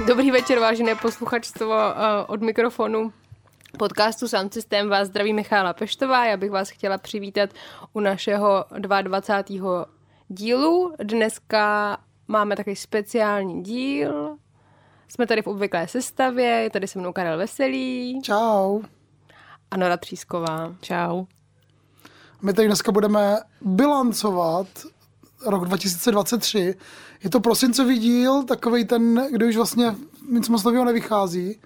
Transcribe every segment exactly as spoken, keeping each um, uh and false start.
Dobrý večer, vážené posluchačstvo, od mikrofonu podcastu Sound System vás zdraví Michála Peštová. Já bych vás chtěla přivítat u našeho dvacátého druhého dílu. Dneska máme takový speciální díl. Jsme tady v obvyklé sestavě, je tady se mnou Karel Veselý. Čau. A Nora Třísková. Čau. My tady dneska budeme bilancovat rok dva tisíce dvacet tři. Je to prosincový díl, takovej ten, kdy už vlastně nic moc nového nevychází.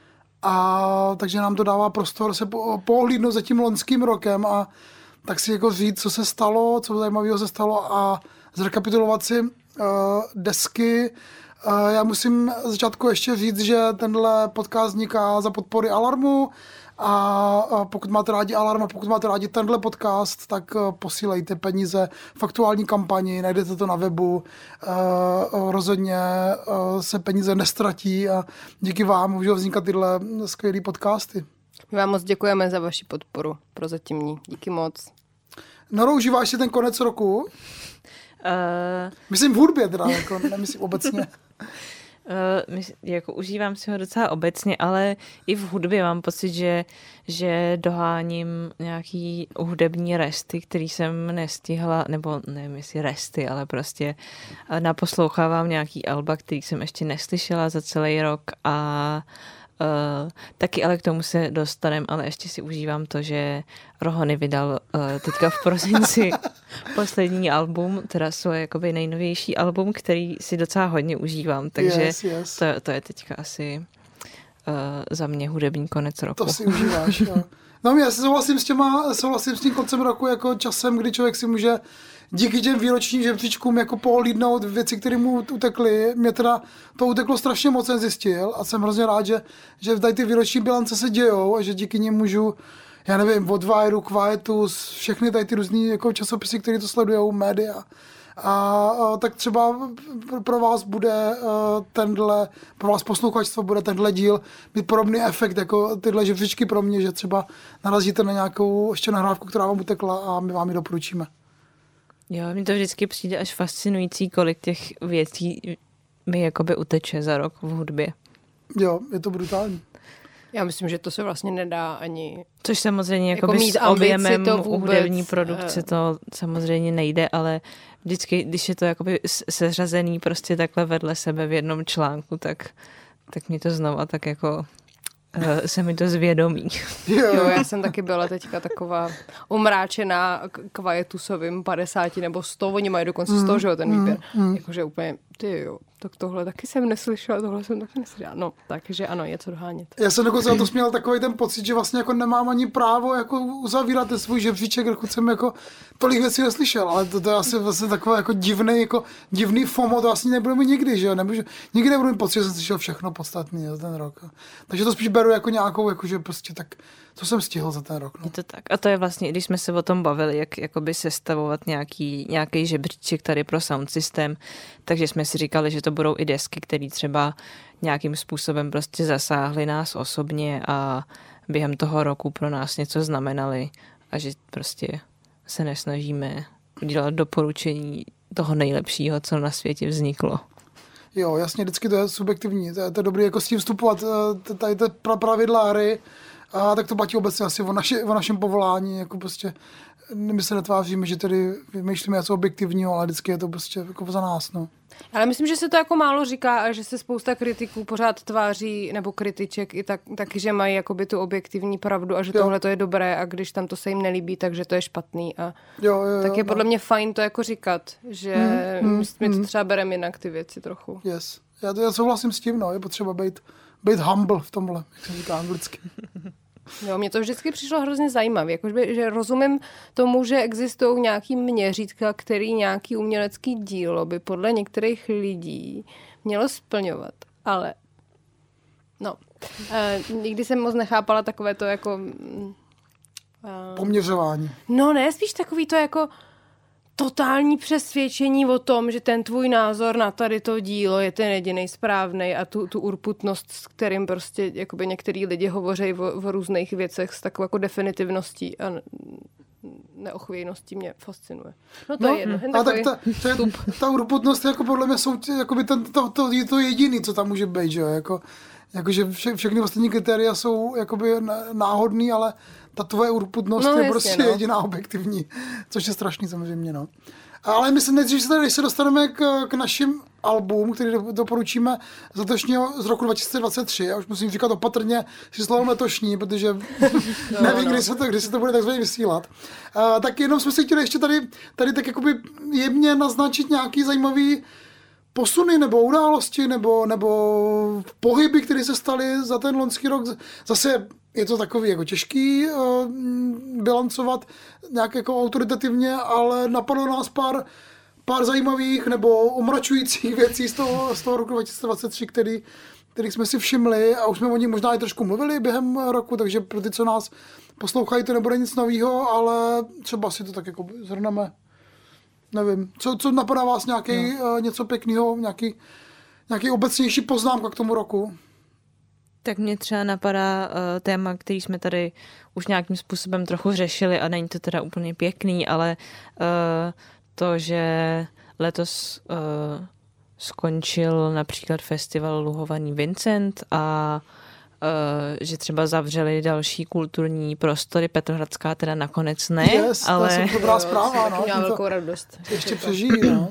A takže nám to dává prostor se po, pohlídnout za tím loňským rokem a tak si jako říct, co se stalo, co zajímavého se stalo a zrekapitulovat si uh, desky. Uh, já musím z začátku ještě říct, že tenhle podcast vzniká za podpory Alarmu. A pokud máte rádi Alarm a pokud máte rádi tenhle podcast, tak posílejte peníze v aktuální kampani, najdete to na webu, rozhodně se peníze nestratí a díky vám můžou vznikat tyhle skvělý podcasty. My vám moc děkujeme za vaši podporu prozatímní. Díky moc. Noro, užíváš si ten konec roku? Uh... Myslím v hudbě teda, jako nemyslím obecně. Uh, my, jako užívám si ho docela obecně, ale i v hudbě mám pocit, že, že doháním nějaký hudební resty, který jsem nestihla, nebo nevím jestli resty, ale prostě naposlouchávám nějaký alba, který jsem ještě neslyšela za celý rok a Uh, taky ale k tomu se dostaneme, ale ještě si užívám to, že Rohony vydal uh, teďka v prosinci poslední album, teda svoje jakoby nejnovější album, který si docela hodně užívám, takže yes, yes. To, to je teďka asi uh, za mě hudební konec roku. To si užíváš, jo. No já se souhlasím s těma, souhlasím s tím koncem roku jako časem, kdy člověk si může díky těm výročním žebříčkům jako pohlídnout věci, které mu utekly. Mě teda to uteklo strašně moc, jsem zjistil a jsem hrozně rád, že, že tady ty výroční bilance se dějou a že díky nim můžu, já nevím, od Wireu, Quietu, všechny tady ty různý jako časopisy, které to sledujou, média. A, a tak třeba pro vás bude uh, tenhle, pro vás posluchačstvo bude tenhle díl mít podobný efekt jako tyhle žebříčky pro mě, že třeba narazíte na nějakou ještě nahrávku, která vám utekla a my vám ji doporučíme. Jo, mně to vždycky přijde až fascinující, kolik těch věcí mi jakoby uteče za rok v hudbě. Jo, je to brutální. Já myslím, že to se vlastně nedá ani... Což samozřejmě jako jakoby mít s objemem to vůbec, hudební produkce to samozřejmě nejde, ale vždycky, když je to jakoby seřazený prostě takhle vedle sebe v jednom článku, tak, tak mě to znova tak jako... se mi to zvědomí. Jo, já jsem taky byla teďka taková umráčená Quietusovým padesát nebo sto, oni mají dokonce sto, že jo, ten výběr. Mm. Jakože úplně, ty jo, tak tohle taky jsem neslyšela, tohle jsem taky neslyšela. No, takže ano, je co dohánět. Já jsem dokonce na to směl takový ten pocit, že vlastně jako nemám ani právo jako uzavírat ten svůj žebříček, dokud jsem jako tolik věcí neslyšel, ale to, to je asi vlastně takové jako divný, jako divný FOMO, to asi nebudu mít nikdy, že jo, nemůžu, nikdy nebudu mít pocit, že jsem slyšel všechno podstatný za ten rok. Takže to spíš beru jako nějakou, jakože prostě tak, co jsem stihl za ten rok. No. Je to tak. A to je vlastně, když jsme se o tom bavili, jak jakoby sestavovat nějaký, nějaký žebříček tady pro sound systém, takže jsme si říkali, že to budou i desky, které třeba nějakým způsobem prostě zasáhly nás osobně a během toho roku pro nás něco znamenaly a že prostě se nesnažíme udělat doporučení toho nejlepšího, co na světě vzniklo. Jo, jasně, vždycky to je subjektivní, to je, to je dobrý jako s tím vstupovat, tady ty pravidla hry, a tak to platí obecně asi o, naši, o našem povolání, jako prostě my se netváříme, že tady vymýšlíme něco objektivního, ale vždycky je to prostě jako za nás, no. Ale myslím, že se to jako málo říká a že se spousta kritiků pořád tváří, nebo kritiček i tak, taky, že mají jakoby tu objektivní pravdu a že jo. Tohle to je dobré a když tam to se jim nelíbí, takže to je špatný a jo, jo, jo, tak je no. Podle mě fajn to jako říkat, že mm, mm, my to třeba bereme jinak ty věci trochu. Yes. Já, to, já souhlasím s tím, no, je potřeba být, být humble v tomhle, jak se říká anglicky. Jo, mně to vždycky přišlo hrozně zajímavé, jakože, že rozumím tomu, že existují nějaký měřítka, který nějaký umělecký dílo by podle některých lidí mělo splňovat, ale no, e, nikdy jsem moc nechápala takové to jako... E, Poměřování. No ne, spíš takový to jako totální přesvědčení o tom, že ten tvůj názor na tady to dílo je ten jedinej správnej a tu, tu urputnost, s kterým prostě jakoby některý lidi hovoří o, o různých věcech s takovou jako definitivností a neochvějnosti mě fascinuje. No to no, je jedno. A tak ta, ta, ta urputnost jako podle mě jsou jakoby ten, to, to, je to jediný, co tam může být, že jo, jako, jakože vše, všechny ostatní kritéria jsou jakoby náhodný, ale ta tvoje urputnost no, je jasně, prostě no. jediná objektivní, což je strašný samozřejmě, no. Ale myslím, že se tady, když se dostaneme k, k našim album, který doporučíme z letošního, z roku dva tisíce dvacet tři, já už musím říkat opatrně si slovem letošní, protože no, nevím, no. Kdy, se to, kdy se to bude takzvaně vysílat. Uh, tak jenom jsme si chtěli ještě tady, tady tak jakoby jemně naznačit nějaký zajímavý posuny nebo události nebo, nebo pohyby, které se staly za ten loňský rok. Zase je to takový jako těžký uh, bilancovat nějak jako autoritativně, ale napadlo nás pár, pár zajímavých nebo omračujících věcí z toho, z toho roku dva tisíce dvacet tři, který, kterých jsme si všimli a už jsme o nich možná i trošku mluvili během roku, takže pro ty, co nás poslouchají, to nebude nic nového, ale třeba si to tak jako zhrneme. Nevím, co, co napadá vás nějaký, no. uh, něco pěkného, nějaký, nějaký obecnější poznámka k tomu roku? Tak mě třeba napadá uh, téma, který jsme tady už nějakým způsobem trochu řešili a není to teda úplně pěkný, ale uh, to, že letos uh, skončil například festival Luhovaný Vincent a uh, že třeba zavřeli další kulturní prostory, Petrohradská teda nakonec ne, yes, ale... to je dobrá zpráva, no. Měla velkou radost. Ještě přežijí, no.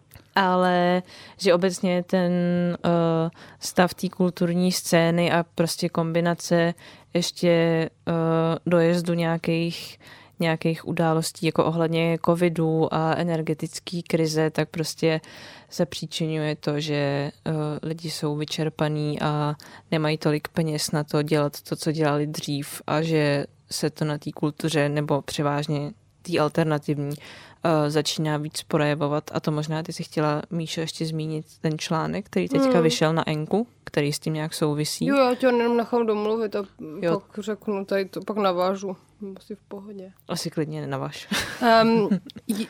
Ale že obecně ten uh, stav té kulturní scény a prostě kombinace ještě uh, dojezdu nějakých, nějakých událostí jako ohledně covidu a energetické krize, tak prostě zapříčinuje to, že uh, lidi jsou vyčerpaní a nemají tolik peněz na to dělat to, co dělali dřív a že se to na té kultuře nebo převážně té alternativní uh, začíná víc projevovat a to možná ty si chtěla, Míšo, ještě zmínit ten článek, který teďka hmm. vyšel na Enku, který s tím nějak souvisí. Jo, já tě jenom nechám domluvit a jo. Pak řeknu, tady to pak navážu. Asi v pohodě. Asi klidně nenavaž. um, j-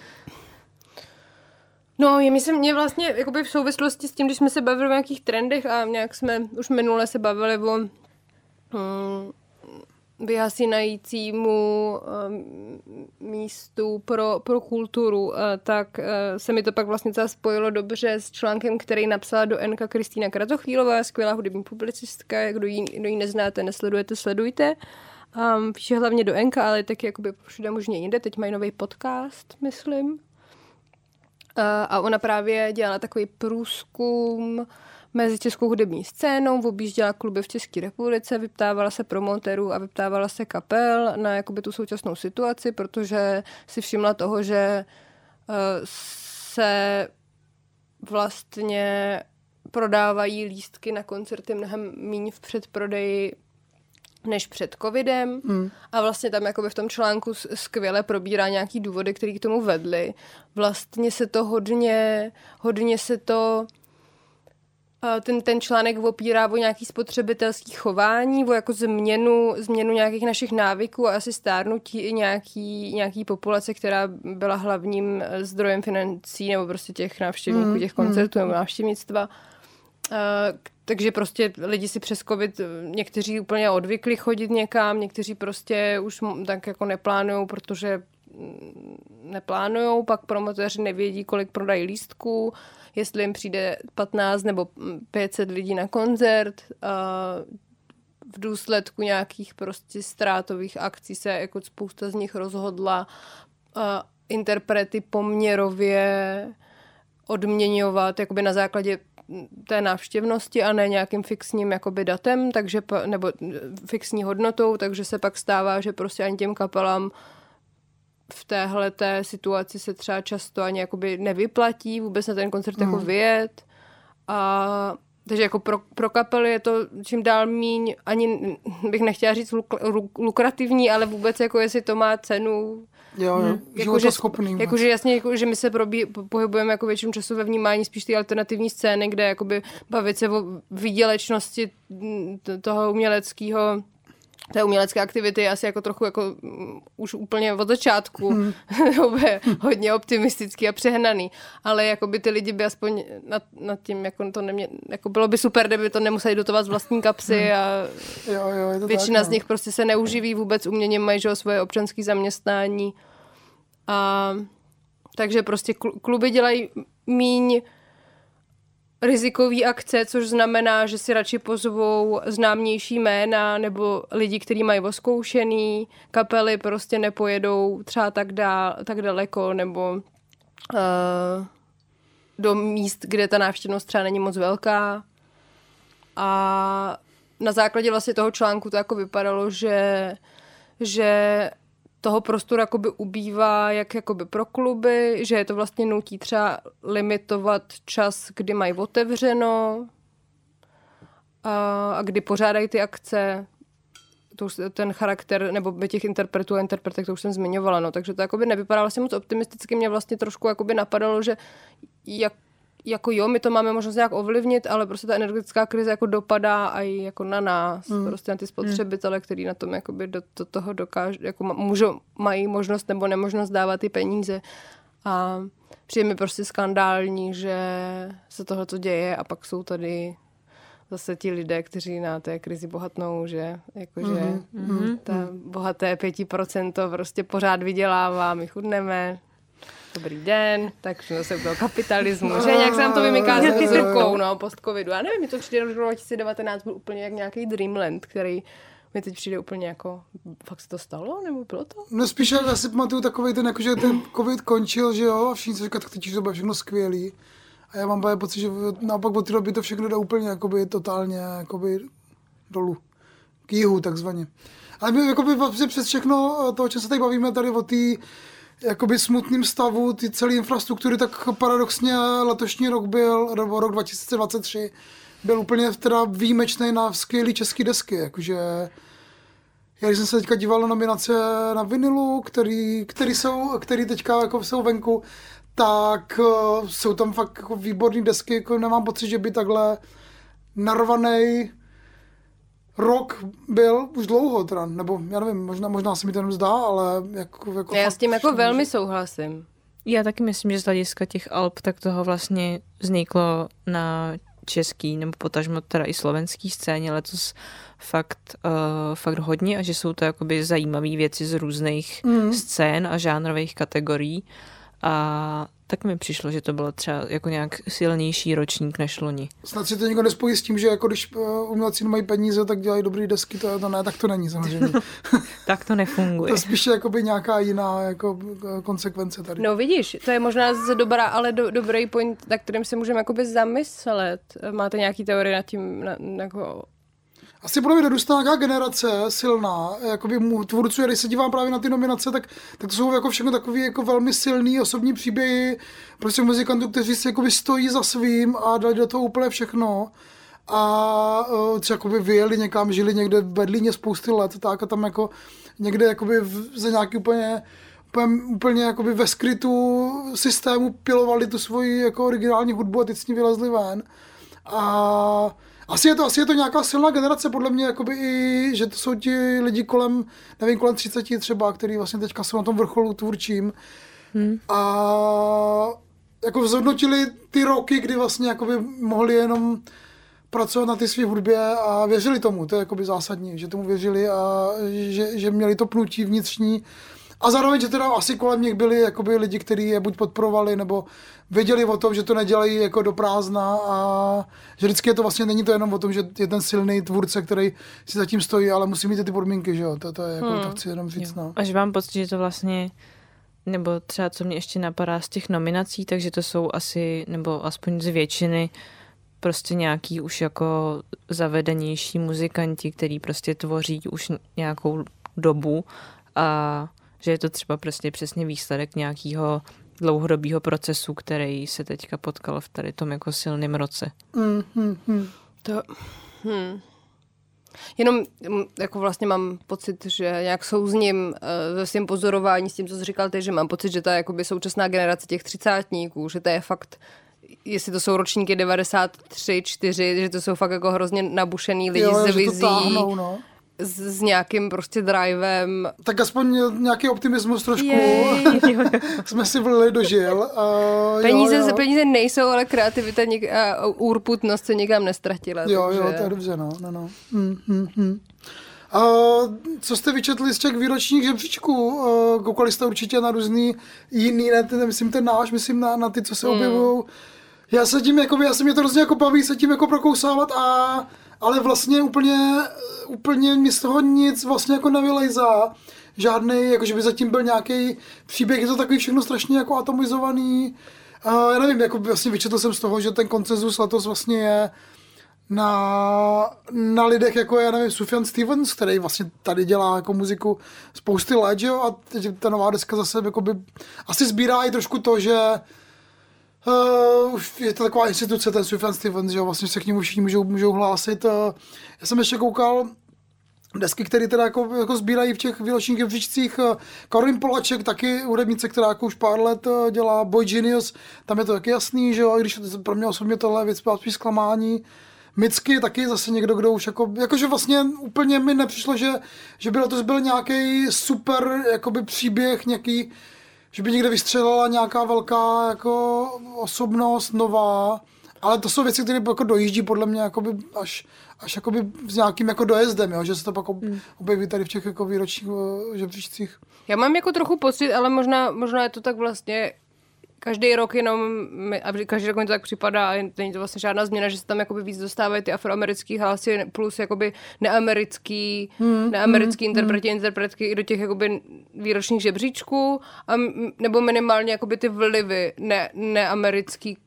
no, je myslím, mě vlastně jakoby v souvislosti s tím, když jsme se bavili o nějakých trendech a nějak jsme už minule se bavili o um, vyhasínajícímu um, místu pro, pro kulturu, uh, tak uh, se mi to pak vlastně celé spojilo dobře s článkem, který napsala do Enka Kristýna Kratochvílová, skvělá hudební publicistka, kdo ji, kdo ji neznáte, nesledujete, sledujte. Um, píše hlavně do Enka, ale taky jakoby všude možně jinde, teď mají nový podcast, myslím. Uh, a ona právě dělala takový průzkum mezi českou hudební scénou, objížděla kluby v České republice, vyptávala se promotérů a vyptávala se kapel na jakoby tu současnou situaci, protože si všimla toho, že uh, se vlastně prodávají lístky na koncerty mnohem míň v předprodeji než před covidem hmm. a vlastně tam jakoby v tom článku skvěle probírá nějaký důvody, které k tomu vedly. Vlastně se to hodně, hodně se to Ten, ten článek opírá o nějaký spotřebitelský chování, o jako změnu, změnu nějakých našich návyků a asi stárnutí i nějaký, nějaký populace, která byla hlavním zdrojem financí nebo prostě těch návštěvníků, těch koncertů nebo návštěvnictva. Uh, takže prostě lidi si přes covid, někteří úplně odvykli chodit někam, někteří prostě už tak jako neplánujou, protože neplánujou, pak promotéři nevědí, kolik prodají lístků, jestli jim přijde patnáct nebo pět set lidí na koncert. V důsledku nějakých prostě ztrátových akcí se jako spousta z nich rozhodla interprety poměrově odměňovat jakoby na základě té návštěvnosti a ne nějakým fixním jakoby datem, takže, nebo fixní hodnotou, takže se pak stává, že prostě ani těm kapelám v téhleté situaci se třeba často ani jakoby nevyplatí vůbec na ten koncert mm. jako vyjet. A takže jako pro, pro kapely je to čím dál míň, ani bych nechtěla říct luk, luk, lukrativní, ale vůbec jako jestli to má cenu. Jo, jo, životoschopný. Jako, jakože jasně, jako, že my se probí, pohybujeme jako většinu času ve vnímání spíš ty alternativní scény, kde jakoby bavit se o výdělečnosti toho uměleckého té umělecké aktivity je asi jako trochu jako um, už úplně od začátku hmm. hodně optimistický a přehnaný, ale jako by ty lidi by aspoň nad, nad tím, jako to nemě, jako bylo by super, kdyby to nemuseli dotovat z vlastní kapsy a jo, jo, je to většina tak, z nich prostě se neuživí vůbec uměním, mají že svoje občanské zaměstnání A, takže prostě kluby dělají míň rizikový akce, což znamená, že si radši pozvou známější jména nebo lidi, kteří mají oskoušený, kapely prostě nepojedou třeba tak, dál, tak daleko nebo uh, do míst, kde ta návštěvnost třeba není moc velká. A na základě vlastně toho článku to jako vypadalo, že, že toho prostoru jakoby ubývá jak jakoby pro kluby, že je to vlastně nutí třeba limitovat čas, kdy mají otevřeno a, a kdy pořádají ty akce. To už, ten charakter, nebo těch interpretů a interpretek, to už jsem zmiňovala, no, takže to jakoby nevypadalo vlastně moc optimisticky. Mě vlastně trošku jakoby napadalo, že jak, jako jo, my to máme možnost nějak ovlivnit, ale prostě ta energetická krize jako dopadá i jako na nás, mm. prostě na ty spotřebitele, kteří na tom jakoby do, do toho dokážou, jako můžou, mají možnost nebo nemožnost dávat ty peníze. A přijde mi prostě skandální, že se tohleto děje a pak jsou tady zase ti lidé, kteří na té krizi bohatnou, že jakože mm-hmm. ta bohaté pěti procento prostě pořád vydělává, my chudneme. Dobrý den, tak zase u toho kapitalismu, že nějak se nám to vymyká s rukou, no, post-covidu. Já nevím, mi to přijde, že dva tisíce devatenáct byl úplně jak nějaký dreamland, který mi teď přijde úplně jako, fakt se to stalo, nebo bylo to? No spíš já si pamatuju takovej ten, jako, že ten covid končil, že jo, a všichni se říkají, tak teď už to bude všechno skvělý. A já mám právě pocit, že naopak od té doby to všechno jde úplně jakoby, totálně jakoby, dolů, k jihu takzvaně. Ale my jakoby, přes všechno to, o čem se tady bavíme tady o té jakoby smutným stavu ty celé infrastruktury, tak paradoxně letošní rok byl, nebo rok dva tisíce dvacet tři, byl úplně teda výjimečný na skvělý český desky, jakože já když jsem se teďka díval na nominace na vinilu, který, který, jsou, který teďka jako jsou venku, tak uh, jsou tam fakt jako výborný desky, jako nemám pocit, že by takhle narvanej rok byl už dlouho, teda, nebo já nevím, možná, možná se mi to jenom zdá, ale jako... jako já fakt, s tím jako velmi souhlasím. Já taky myslím, že z hlediska těch alb, tak toho vlastně vzniklo na český nebo potažmo teda i slovenský scéně letos fakt, uh, fakt hodně a že jsou to jakoby zajímavé věci z různých mm. scén a žánrových kategorií. A tak mi přišlo, že to bylo třeba jako nějak silnější ročník než loni. Snad si to nikdo nespojí s tím, že jako když umělci nemají peníze, tak dělají dobrý desky, to, to ne, tak to není samozřejmě. Tak to nefunguje. To spíš jakoby nějaká jiná jako konsekvence tady. No vidíš, to je možná zase dobrá, ale do, dobrý point, na kterým se můžeme jakoby zamyslet. Máte nějaký teorie nad tím, na, jako... Asi podle mě dorůstá nějaká generace silná, jakoby tvůrců, když se dívám právě na ty nominace, tak, tak to jsou jako všechno takové jako velmi silný osobní příběhy, prostě muzikantů, kteří si jakoby stojí za svým a dali do toho úplně všechno. A uh, třeba jakoby vyjeli někam, žili někde v Berlíně spousty let, tak a tam jako někde jakoby v, za nějaký úplně úplně, úplně jakoby ve skrytu systému pilovali tu svoji jako originální hudbu a teď s ní vylezli ven. A Asi je, to, asi je to nějaká silná generace, podle mě, jakoby i, že to jsou ti lidi kolem, nevím, kolem třiceti třeba, který vlastně teďka jsou na tom vrcholu tvůrčím. Hmm. A jako vzhodnotili ty roky, kdy vlastně jakoby mohli jenom pracovat na ty své hudbě a věřili tomu, to je jakoby zásadní, že tomu věřili a že, že měli to pnutí vnitřní. A zároveň, že teda asi kolem nich byli jakoby lidi, kteří je buď podporovali, nebo věděli o tom, že to nedělají jako do prázdna a že vždycky je to vlastně, není to jenom o tom, že je ten silný tvůrce, který si zatím stojí, ale musí mít ty podmínky, že jo, to, to je jako, hmm. to chci jenom říct, no. Až mám pocit, že to vlastně, nebo třeba co mě ještě napadá z těch nominací, takže to jsou asi, nebo aspoň z většiny, prostě nějaký už jako zavedenější muzikanti, který prostě tvoří už nějakou dobu a že je to třeba prostě přesně výsledek nějakého dlouhodobého procesu, který se teďka potkal v tady tom jako silném roce. Mm, mm, mm. To, hm. Jenom jako vlastně mám pocit, že nějak souzním ve svým pozorování s tím, co jsi říkal ty, že mám pocit, že ta jakoby současná generace těch třicátníků, že to je fakt, jestli to jsou ročníky devadesát tři, čtyři, že to jsou fakt jako hrozně nabušený lidi jo, z vizí. Táhnou, no. S, s nějakým prostě drivem. Tak aspoň nějaký optimismus trošku jsme si vlili do žil. Uh, peníze, jo, jo. peníze nejsou, ale kreativita nik- a urputnost se nikam nestratila. Jo, takže... jo, to je dobře, no. no, no. Mm, mm, mm. Uh, co jste vyčetli z těch výročních žebříčků? Uh, koukali jste určitě na různý jiný, ne, ten, myslím ten náš, myslím na, na ty, co se mm. objevují. Já se tím, jakoby, já se mě to hrozně jako baví se tím jako prokousávat, a, ale vlastně úplně, úplně mi z toho nic vlastně jako nevylejzá. Žádnej, jakože by zatím byl nějaký příběh, je to takový všechno strašně jako atomizovaný. Uh, já nevím, jako vlastně vyčetl jsem z toho, že ten konsenzus letos vlastně je na, na lidech, jako já nevím, Sufjan Stevens, který vlastně tady dělá jako muziku spousty let, jo, a teď ta nová deska zase jakoby, asi sbírá i trošku to, že uh, je to taková instituce, ten Sufjan Stevens, že jo, vlastně se k němu všichni můžou, můžou hlásit. Uh, já jsem ještě koukal desky, které teda jako, jako sbírají v těch výročních žebříčcích. Karolín Polaček, taky hudebnice, která jako už pár let dělá Boy Genius, tam je to taky jasný, že jo, i když pro mě osobně tohle věc byla spíš zklamání. Micky taky zase někdo, kdo už jako, jakože vlastně úplně mi nepřišlo, že, že bylo to byl nějaký super jakoby příběh, nějaký, že by někde vystřelila nějaká velká jako osobnost nová, ale to jsou věci, které jako dojíždí podle mě jakoby až, až jakoby s nějakým jako dojezdem, jo, že se to pak objeví tady v těch jako výročních žebříčcích. Já mám jako trochu pocit, ale možná, možná je to tak vlastně každý rok jenom, a každý rok mi to tak připadá, a není to vlastně žádná změna, že se tam jakoby víc dostávají ty afroamerický hlasy plus jakoby neamerický, hmm, neamerický hmm, interpreti, hmm. interpretky i do těch jakoby výročních žebříčků, a, nebo minimálně jakoby ty vlivy ne, neamerický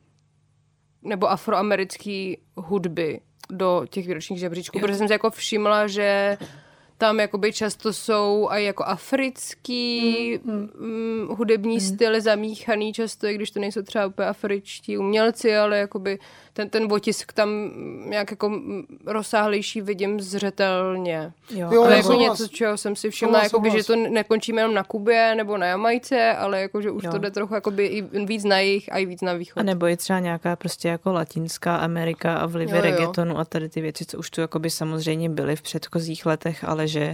nebo afroamerický hudby do těch výročních žebříčků, protože jsem si jako všimla, že tam jakoby často jsou i jako africký mm, mm. hudební mm. styly zamíchaný často, i když to nejsou třeba úplně afričtí umělci, ale jakoby ten, ten otisk tam nějak jako rozsáhlejší vidím zřetelně. Jo, jo, to je jako vás. něco, čeho jsem si všimla, jakoby, že to nekončíme jenom na Kubě nebo na Jamajce, ale jako, že už jo. to jde trochu jakoby i víc na jih a i víc na východ. A nebo je třeba nějaká prostě jako Latinská Amerika a vlivy jo, reggaetonu a tady ty věci, co už tu jakoby samozřejmě byly v předchozích letech, ale že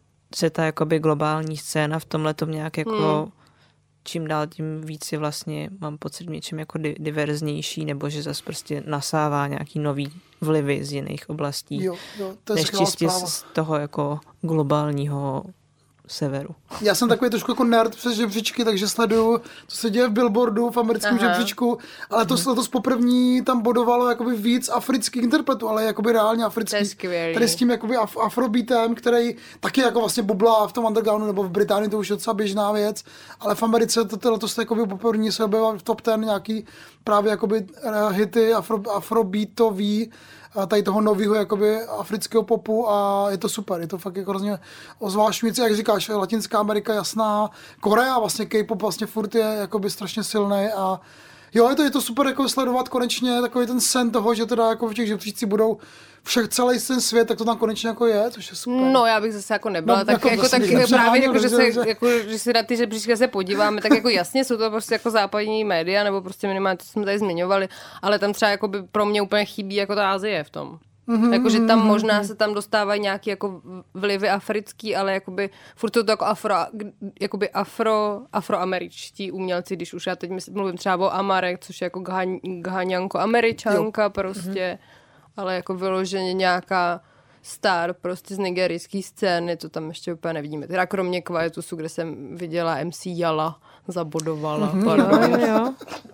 se ta jakoby globální scéna v tomhletom nějak jako hmm. čím dál tím víc je vlastně, mám pocit, něčím jako di- diverznější, nebo že zase prostě nasává nějaký nový vlivy z jiných oblastí, jo, jo, to je než čistě z, z toho jako globálního severu. Já jsem takový trošku jako nerd přes žebříčky, takže sleduju, co se děje v Billboardu, v americkém Aha. žebříčku, ale to letos poprvní tam bodovalo jakoby víc afrických interpretů, ale jakoby reálně afrických. Tady s tím jakoby af- afrobeatem, který taky jako vlastně bublá v tom undergroundu, nebo v Británii to už je docela běžná věc, ale v Americe to letos jakoby poprvní se objevilo v top ten nějaký právě jakoby hity afro, afrobeatový, tady toho nového jakoby afrického popu, a je to super, je to fakt jako hrozně ozvláštňující, jak říkáš, Latinská Amerika jasná, Korea vlastně, K-pop vlastně furt je jakoby strašně silný, a jo, je to, je to super jako sledovat konečně takový ten sen toho, že teda jako v těch žebříčcích budou všech celý ten svět, tak to tam konečně jako je, což je super. No, já bych zase jako nebyla, no, tak jako, jako tak právě jako, že, se, jako, že si na ty žebříčky se podíváme, tak jako jasně jsou to prostě jako západní média, nebo prostě minimálně to jsme tady zmiňovali, ale tam třeba jako by pro mě úplně chybí jako ta Asie v tom. Mm-hmm, jakože tam možná mm-hmm. se tam dostávají nějaký jako vlivy africký, ale jakoby furt jsou to jako afro, jakoby afro, afroameričtí umělci, když už já teď mluvím třeba o Amarek, což je jako Ghaňanko Američanka jo. prostě, mm-hmm. ale jako vyloženě nějaká star prostě z nigerijské scény, to tam ještě úplně nevidíme. Teda kromě Quietusu, kde jsem viděla M C Yala, zabodovala. Mm-hmm, jo, jo.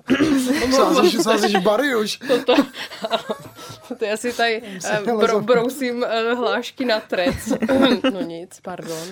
Sázíš, sázíš bary už. To, to, to já si tady uh, bro, brousím uh, hlášky na trec. No nic, pardon.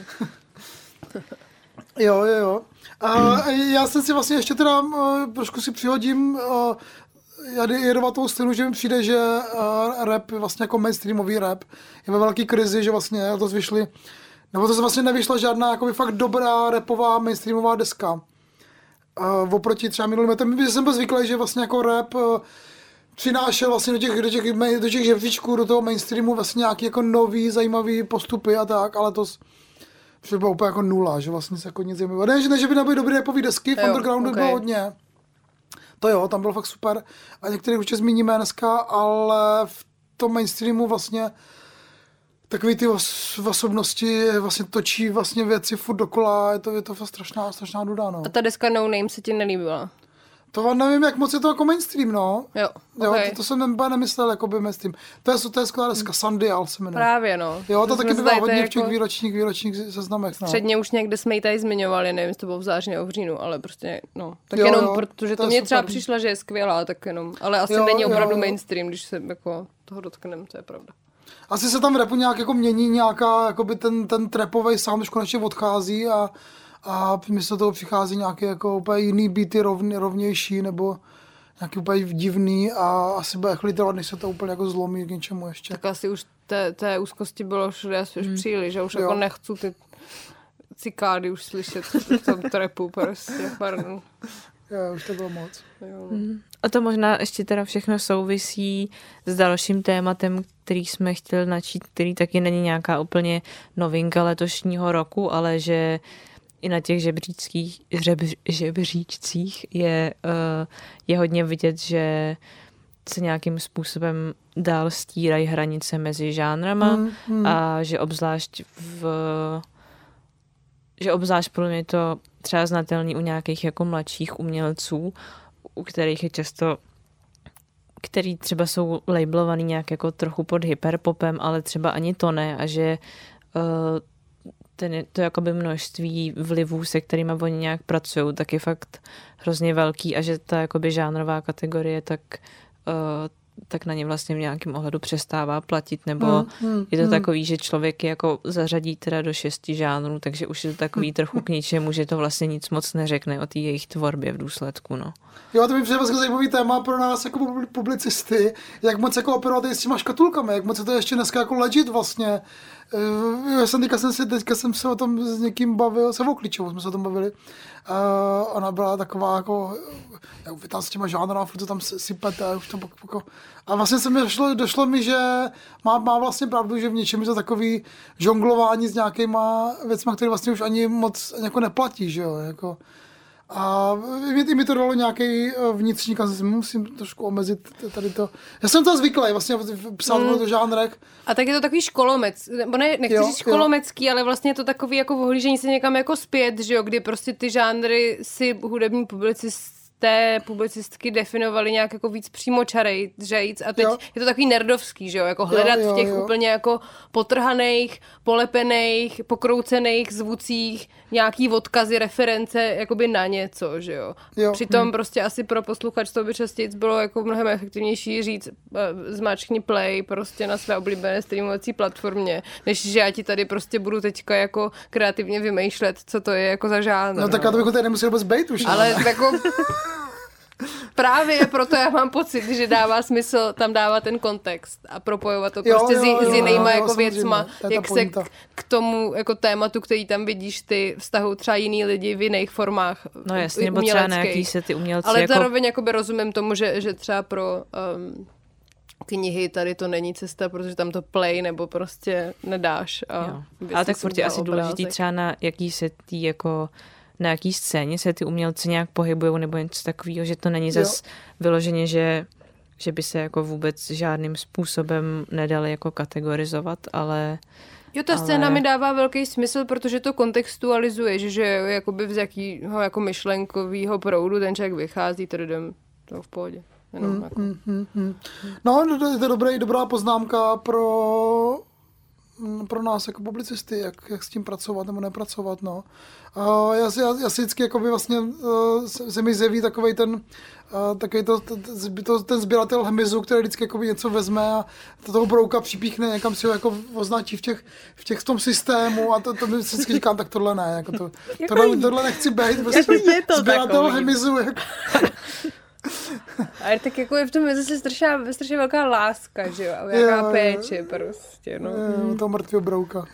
Jo, jo, jo. Uh, já jsem si vlastně ještě teda uh, trošku si přihodím uh, jedovatou stenu, že mi přijde, že uh, rap, vlastně jako mainstreamový rap, je ve velký krizi, že vlastně to vyšly, nebo to vlastně nevyšla žádná jakoby fakt dobrá rapová mainstreamová deska. Uh, oproti třeba minulým letem, jsem byl zvyklý, že vlastně jako rap uh, přinášel vlastně do těch, do těch, do těch žebříčků, do toho mainstreamu vlastně nějaký jako nový, zajímavý postupy a tak, ale to bylo úplně jako nula, že vlastně se jako nic zajímavého. Ne, že, ne, že by nebyly dobré rapový desky, v jo, undergroundu okay. bylo hodně. To jo, tam bylo fakt super. A některé určitě zmíníme dneska, ale v tom mainstreamu vlastně takový ty os- osobnosti vlastně točí vlastně věci furt dokola, je to, je to strašná, strašná nuda, no. A ta deska No Name se ti nelíbila? To nevím, jak moc je to jako mainstream, no. Jo, jo okay. to, to jsem nebyl nemyslel jako by mainstream. To je, to je skvělá deska, Sandy Al se jmenuje. Právě, no. Jo, to, to taky bývá hodně jako... v těch výročních, výročních seznamech. No. Středně už někde jsme ji tady zmiňovali, nevím, jestli to bylo v září nebo v říjnu, ale prostě, no. Tak jo, jenom, jo, protože to, to mě super. třeba přišlo, že je skvělá, tak jenom. Ale asi jo, není opravdu jo. mainstream, když se jako toho dotkneme, to je pravda. Asi se tam v rapu nějak jako mění nějaká, jakoby ten, ten trapovej sound už konečně odchází a, a místo toho přichází nějaké jako úplně jiný beaty rovně, rovnější nebo nějaký úplně divný a asi bude chvíli trvat, než se to úplně jako zlomí k něčemu ještě. Tak asi už té, té úzkosti bylo všude asi už hmm. příliš, že už jo. jako nechci ty cikády už slyšet v tom trapu prostě, pardon. Jo, už to bylo moc. Jo. Hmm. A to možná ještě teda všechno souvisí s dalším tématem, který jsme chtěli načít, který taky není nějaká úplně novinka letošního roku, ale že i na těch žebříčcích, žebř, žebříčcích je, uh, je hodně vidět, že se nějakým způsobem dál stírají hranice mezi žánrama mm, mm. a že obzvlášť v že obzvlášť podle mě to třeba znatelný u nějakých jako mladších umělců, u kterých je často, který třeba jsou labelovaný nějak jako trochu pod hyperpopem, ale třeba ani to ne a že uh, ten, to jakoby množství vlivů, se kterými oni nějak pracují, tak je fakt hrozně velký a že ta jakoby žánrová kategorie tak, uh, tak na ně vlastně v nějakém ohledu přestává platit, nebo mm, mm, je to mm. takový, že člověk je jako zařadí teda do šesti žánrů, takže už je to takový trochu k ničemu, že to vlastně nic moc neřekne o té jejich tvorbě v důsledku, no. Jo, to by přijde vlastně zajímavý téma pro nás jako publicisty, jak moc jako operovat s těma škatulkami, jak moc je to ještě dneska jako legit vlastně. Já jsem teďka jsem, si, teďka jsem se o tom s někým bavil, se Vokličovou jsme se o tom bavili. Uh, ona byla taková jako, jak vy tam s těma žánrama, furt to tam sypete a už tam jako... A vlastně se mi došlo, došlo mi, že má, má vlastně pravdu, že v něčem je to takový žonglování s nějakýma věcma, které vlastně už ani moc jako neplatí, že jo, jako... A i mi to dalo nějaký vnitřní kanci, musím trošku omezit tady to. Já jsem to zvyklý vlastně psát mm. o žánrech. A tak je to takový školomec, nebo ne, nechci jo, říct školomecký, jo. Ale vlastně je to takový jako ohlížení se někam jako zpět, že jo, kdy prostě ty žánry si hudební publicisté, publicistky definovali nějak jako víc přímočarej, žejc a teď jo. je to takový nerdovský, že jo, jako hledat jo, jo, v těch jo. úplně jako potrhaných, polepených, pokroucených zvucích nějaký odkazy, reference jakoby na něco, že jo. jo. Přitom hmm. prostě asi pro posluchačstvo by častěji bylo jako mnohem efektivnější říct zmáčkni play prostě na své oblíbené streamovací platformě, než že já ti tady prostě budu teďka jako kreativně vymýšlet, co to je jako za žánr. No tak já to bych tady nemusel vůbec bejt už. Ale jako... Právě proto já mám pocit, že dává smysl tam dávat ten kontext a propojovat to jo, prostě jo, jo, s jinýma jo, jako věcma, jak se k, k tomu jako tématu, který tam vidíš ty, vztahují třeba jiný lidi v jiných formách. No jasně, nebo třeba na jaký se ty umělci ale jako... zároveň jakoby rozumím tomu, že, že třeba pro um, knihy tady to není cesta, protože tam to play nebo prostě nedáš. A ale tak furt je asi důležitý třeba na jaký se tý jako... na jaký scéně se ty umělci nějak pohybujou nebo něco takového, že to není zas vyloženě, že, že by se jako vůbec žádným způsobem nedali jako kategorizovat, ale... Jo, ta ale... scéna mi dává velký smysl, protože to kontextualizuje, že, že jakoby z jakýho jako myšlenkového proudu ten člověk vychází, to jdem to v pohodě. Jenom mm, jako... mm, mm, mm. No, to je dobrý, dobrá poznámka pro... pro nás jako publicisty, jak, jak s tím pracovat nebo nepracovat, no. Uh, já, já, já si vždycky jakoby vlastně uh, se, se mi zjeví takovej ten uh, takovej to, to, to, ten sběratel hmyzu, který vždycky jakoby něco vezme a toho brouka připíchne, někam si ho jako označí v těch, v těch v tom systému a to, to mi si vždycky říkám, tak tohle ne, jako to, tohle, tohle nechci být, prostě sběratel hmyzu, jako. Ale tak jako je v tom zase strašně, strašně velká láska, že jo, a jaká péče prostě, no. Jo, toho mrtvého brouka.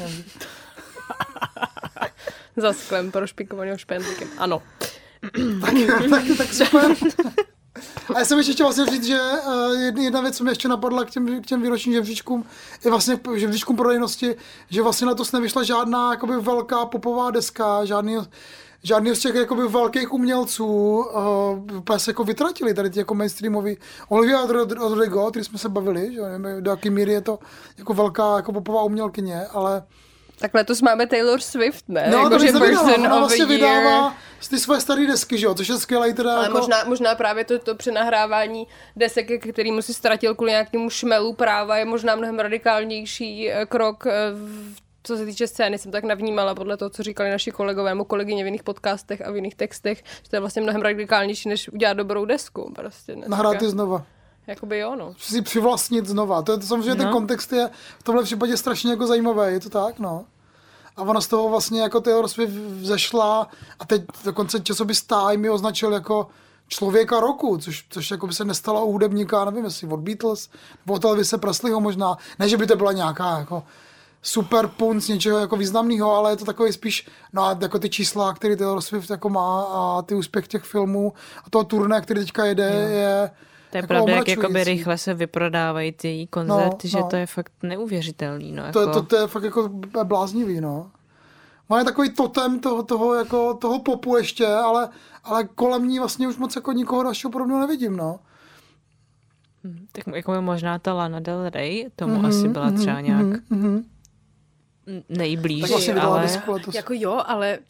Za sklem prošpikovaného špendlíkem, ano. tak, tak, tak super. A já jsem ještě chtěl vlastně říct, že uh, jedna věc, co mě ještě napadla k těm, k těm výročním žebříčkům, je vlastně žebříčkům prodejnosti, že vlastně letos nevyšla žádná jakoby velká popová deska, žádný Žádný z těch jakoby velkých umělců uh, se jako vytratili, tady ty jako mainstreamový. Olivia Rodrigo, který jsme se bavili, že nevím, do jaký míry je to jako velká jako popová umělkyně, ale... Tak letos máme Taylor Swift, ne? No, jako, to že vydává, ona vlastně vydává ty svoje staré desky, že jo, což je skvělej teda Ale jako... možná, možná právě to, to přenahrávání desek, kterýmu si ztratil kvůli nějakému šmelu práva, je možná mnohem radikálnější krok, co se týče scény, jsem tak navnímala podle toho, co říkali naši kolegové nebo kolegyně v jiných podcastech a v jiných textech, že to je vlastně mnohem radikálnější, než udělat dobrou desku. Prostě nahrát ty znova. Jakoby jo, no. Si přivlastnit znova. To je to, samozřejmě no. Ten kontext je v tomhle případě strašně jako zajímavý, je to tak, no. A ona z toho vlastně jako Taylor Swift vzešla a teď dokonce časopis Time ji označil jako člověka roku, což, což jako by se nestalo u hudebníka, nevím, jestli od Beatles, nebo od Elvise Presleyho možná. Ne, že by to byla nějaká jako super punc něčeho jako významného, ale je to takový spíš, no a jako ty čísla, které Taylor Swift jako má a ty úspěch těch filmů a toho turné, který teďka jede, jo. je to je jako pravda, jak jakoby rychle se vyprodávají ty její koncerty, no, že no. to je fakt neuvěřitelný. No, jako... to, to, to je fakt jako bláznivý, no. Má je takový totem toho, toho, jako, toho popu ještě, ale, ale kolem ní vlastně už moc jako nikoho dalšího podobného nevidím, no. Tak jako možná ta Lana Del Rey, tomu mm-hmm, asi byla třeba mm-hmm, nějak mm-hmm. nejblíž, tak vlastně ale... Jako jo, ale...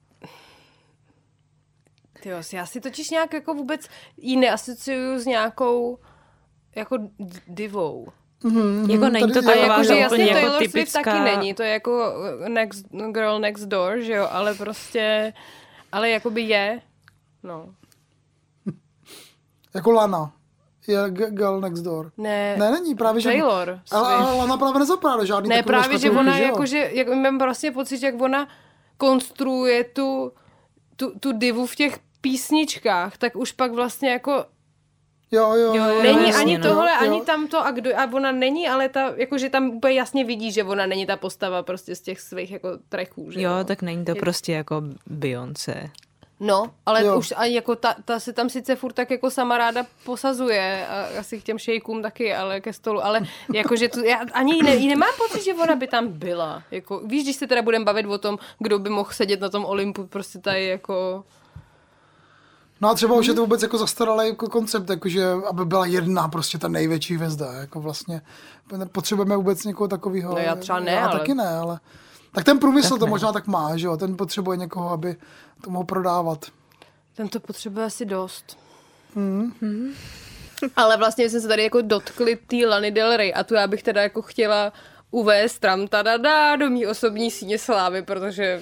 Tyjo, já si totiž nějak jako vůbec ji neasociuju s nějakou jako divou. Mm-hmm, jako není to taková jako, že úplně jako Taylor typická... Swift taky není, to je jako next, girl next door, že jo, ale prostě, ale jakoby je, no. Jako Lana. Je girl next door. Ne, ne není právě, že... Taylor. Ale, ale Lana právě nezapadá do žádný ne, právě, že ona že jako, že jak, mám prostě pocit, jak ona konstruuje tu, tu, tu divu v těch písničkách, tak už pak vlastně jako Jo, jo, jo, jo, není jasně, ani no. tohle, jo. ani tamto a, kdo, a ona není, ale ta, jakože tam úplně jasně vidí, že ona není ta postava prostě z těch svých jako tracků, že jo, jo. tak není to je... prostě jako Beyoncé. No, ale jo. už a jako ta, ta se tam sice furt tak jako sama ráda posazuje a asi k těm šejkům taky, ale ke stolu, ale jakože tu, já ani ne, nemám pocit, že ona by tam byla. Jako, víš, když se teda budeme bavit o tom, kdo by mohl sedět na tom Olympu, prostě tady jako... No a třeba už je to vůbec jako zastaralý jako koncept, jakože aby byla jedna prostě ta největší hvězda, jako vlastně potřebujeme vůbec někoho takového. No já třeba ne, já ale... taky ne, ale tak ten průmysl tak to ne. možná tak má, že jo, ten potřebuje někoho, aby to mohl prodávat. Ten to potřebuje asi dost. Hmm. Hmm. Ale vlastně jsme se tady jako dotkli té Lany Del Rey a tu já bych teda jako chtěla uvést tam tadada do mý osobní síně slávy, protože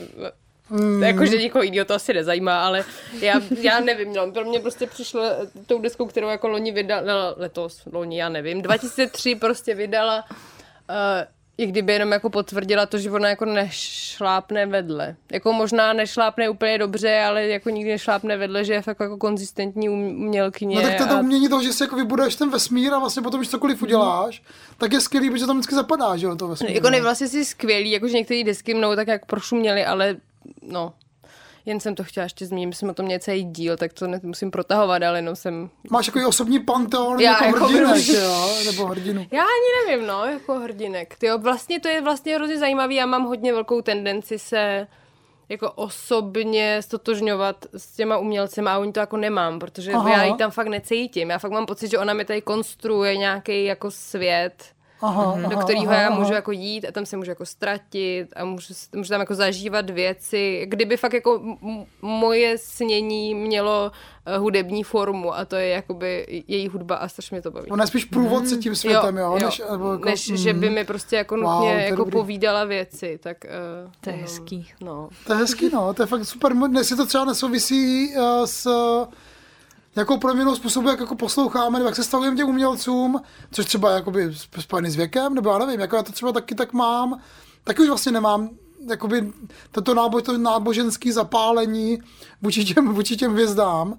mm. jakože nikoho jiného to asi nezajímá, ale já, já nevím, no, pro mě prostě přišlo tou deskou, kterou jako loni vydala, letos, loni, já nevím, dva tisíce tři prostě vydala, uh, i kdyby jenom jako potvrdila to, že ona jako nešlápne vedle. Jako možná nešlápne úplně dobře, ale jako nikdy nešlápne vedle, že je fakt jako konzistentní umělkyně. No tak to je to a... umění toho, že si jako vybuduješ ten vesmír a vlastně potom, když cokoliv uděláš, tak je skvělý, protože tam vždycky zapadá, že jo, to vesmír. Jako ne, vlastně si skvělý, jakože některé desky mnou tak jak prošuměly, ale no, jen jsem to chtěla ještě zmínit, my jsme o tom měli celý díl, tak to nemusím protahovat, ale jenom jsem... Máš takový osobní panteon Já, jako, jako hrdinek, prostě... jo, nebo hrdinu. Já ani nevím, no, jako hrdinek. Tyjo, vlastně to je vlastně hrozně zajímavý, já mám hodně velkou tendenci se jako osobně stotožňovat s těma umělcema a oni to jako nemám, protože Aha. já ji tam fakt necítím. Já fakt mám pocit, že ona mi tady konstruuje nějaký jako svět, Aha, do aha, kterého aha, já můžu aha. jako jít a tam se můžu jako ztratit a můžu, můžu tam jako zažívat věci. Kdyby fakt jako m- moje snění mělo uh, hudební formu a to je jakoby její hudba a strašně mě to baví. Ona je spíš průvodce tím světem, jo? jo, Než, nebo jako, než mm. že by mi prostě jako Wow, nutně to je jako dobrý. povídala věci, tak... Uh, To je no, hezký. No. To je hezký, no, to je fakt super. Dnes je to třeba nesouvisí uh, s uh, nějakou proměnou způsobu, jak jako posloucháme, nebo jak se stavujeme těm umělcům, což třeba jakoby spojený s věkem, nebo já nevím, jako já to třeba taky tak mám, taky už vlastně nemám jakoby toto nábo, to náboženské zapálení vůči těm, vůči těm hvězdám.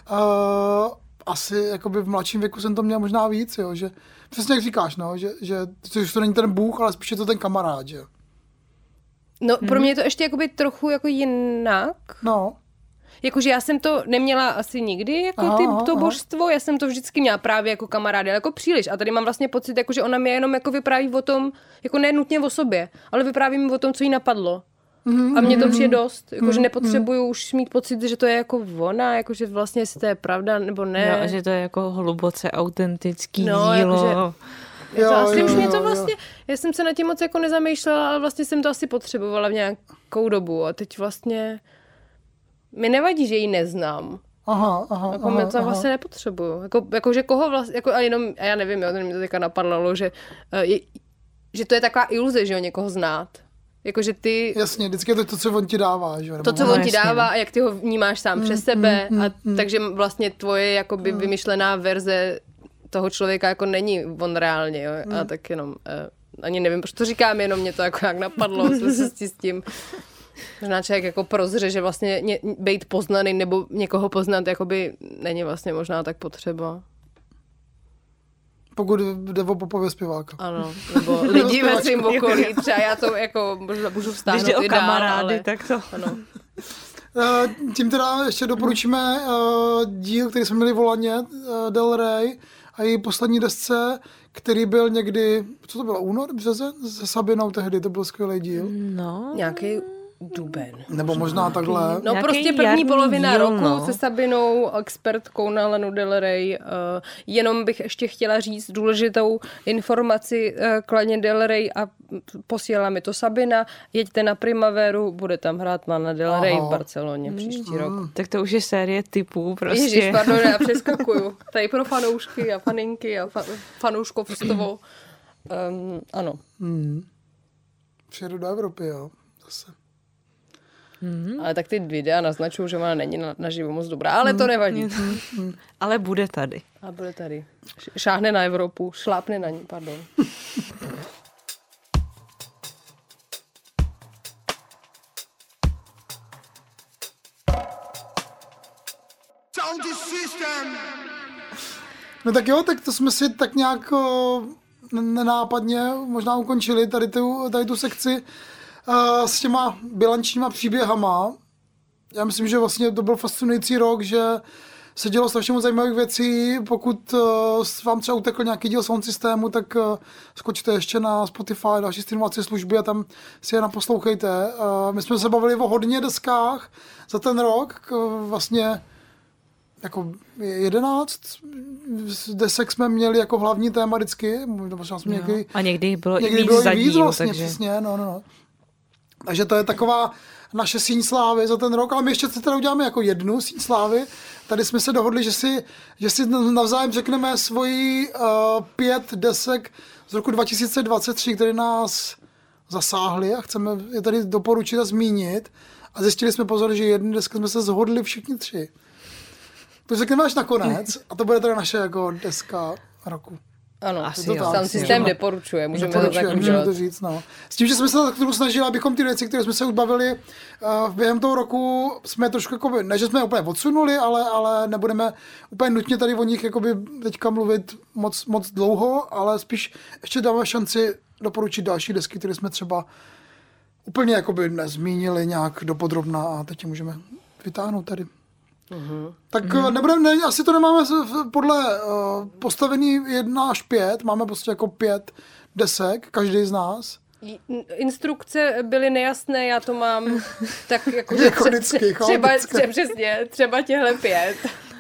Uh, asi jakoby v mladším věku jsem to měl možná víc, jo, že přesně jak říkáš, no, že, že, že už to není ten bůh, ale spíš je to ten kamarád, že? No, pro mě je to ještě jakoby trochu jako jinak. No. Jakože já jsem to neměla asi nikdy, jako Aha, ty, aha, to aha. božstvo, já jsem to vždycky měla právě jako kamarády, ale jako příliš. A tady mám vlastně pocit, jako, že ona mě jenom jako vypráví o tom, jako ne nutně o sobě, ale vypráví mi o tom, co jí napadlo. Mm, A mně to mm, přijde dost, jakože mm, nepotřebuju už mít pocit, že to je jako ona, jakože vlastně jestli to je pravda nebo ne. Jo, a že to je jako hluboce autentický No, dílo. jakože- Jo, to asi jo, už mě jo, to jo. vlastně, já jsem se na tím moc jako nezamýšlela, ale vlastně jsem to asi potřebovala v nějakou dobu a teď vlastně mi nevadí, že ji neznám. Aha, aha, Jako aha, mě to aha. vlastně nepotřebuju. Jako, jako že koho vlastně, jako a jenom, a já nevím, jo, mě to teďka napadlo, že, uh, je, že to je taková iluze, že ho někoho znát. Jakože ty... Jasně, vždycky je to to, co on ti dává, že? Nebo To, co No, on ti jasně, dává no. a jak ty ho vnímáš sám Mm, přes sebe. mm, A mm, takže vlastně tvoje jakoby vymyšlená verze toho člověka jako není on reálně, jo. A tak jenom, uh, ani nevím, proč to říkám, jenom mě to jako jak napadlo, jsem se s tím. Možná člověk jako prozře, že vlastně ně, být poznaný nebo někoho poznat jakoby není vlastně možná tak potřeba. Pokud jde o popově zpěváka. Ano, nebo lidi ve svým okolí, třeba já to jako možná můžu Když vstáhnout jde o i dál, kamarády, ale... tak to... Ano. Tím teda ještě doporučíme uh, díl, který jsme měli v Laně, uh, Del Rey a její poslední desce, který byl někdy, co to bylo, únor, březen? Se Sabinou tehdy, to byl skvělý díl. No, Nějaký duben. Nebo možná takhle. No Nějaký prostě první jarní polovina díl, roku no. se Sabinou, expertkou na Lanu Del Rey. Uh, jenom bych ještě chtěla říct důležitou informaci uh, k Laně Del Rey a posílala mi to Sabina. Jeďte na Primaveru, bude tam hrát Lana Del Rey Aha. v Barceloně příští rok. tak to už je série typů prostě. Ježiš, pardon, já přeskakuju. Tady pro fanoušky a faninky a fa- fanouškovstvo. Um, ano. Hmm. Přijedu do Evropy, jo. Zase. Mm-hmm. Ale tak ty videa naznačují, že ona není na, naživo moc dobrá, ale to nevadí. Mm. Ale bude tady. A bude tady. Š- Šáhne na Evropu, šlápne na ní, pardon. No tak jo, tak to jsme si tak nějak o, nenápadně možná ukončili tady tu, tady tu sekci uh, s těma bilančníma příběhama. Já myslím, že vlastně to byl fascinující rok, že se dělo strašně moc zajímavých věcí. Pokud uh, vám třeba utekl nějaký díl sound systému, tak uh, skočte ještě na Spotify, další streamovací služby a tam si je naposlouchejte. Uh, my jsme se bavili o hodně deskách za ten rok, uh, vlastně jako jedenáct desek jsme měli jako hlavní téma vždycky. Možná jsme No. někdy, A někdy jich bylo někdy i víc bylo za i víc díl, vlastně, takže... přesně, no, no, no. Takže to je taková naše síň slávy za ten rok, ale my ještě se teda uděláme jako jednu síň slávy. Tady jsme se dohodli, že si, že si navzájem řekneme svoji uh, pět desek z roku dva tisíce dvacet tři, které nás zasáhly a chceme je tady doporučit a zmínit. A zjistili jsme pozor, že jednu desku jsme se shodli všichni tři. To řekneme až nakonec a to bude teda naše jako deska roku. Ano, Asi to jo, sound asi systém jo. doporučuje, můžeme to Doporučuji, tak můžeme udělat. to říct, no. S tím, že jsme se tak trochu snažili, abychom ty věci, které jsme se odbavili uh, během toho roku, jsme trošku, jakoby, ne, že jsme je úplně odsunuli, ale, ale nebudeme úplně nutně tady o nich jakoby, teďka mluvit moc, moc dlouho, ale spíš ještě dáme šanci doporučit další desky, které jsme třeba úplně jakoby nezmínili nějak dopodrobna a teď je můžeme vytáhnout tady. Uh-huh. Tak uh-huh. nebudeme, ne, asi to nemáme podle uh, postavení jedna až pět, máme prostě jako pět desek, každý z nás. Instrukce byly nejasné, já to mám tak jako... Jako vždycky, třeba, chaotické. třeba, přesně, třeba těhle pět.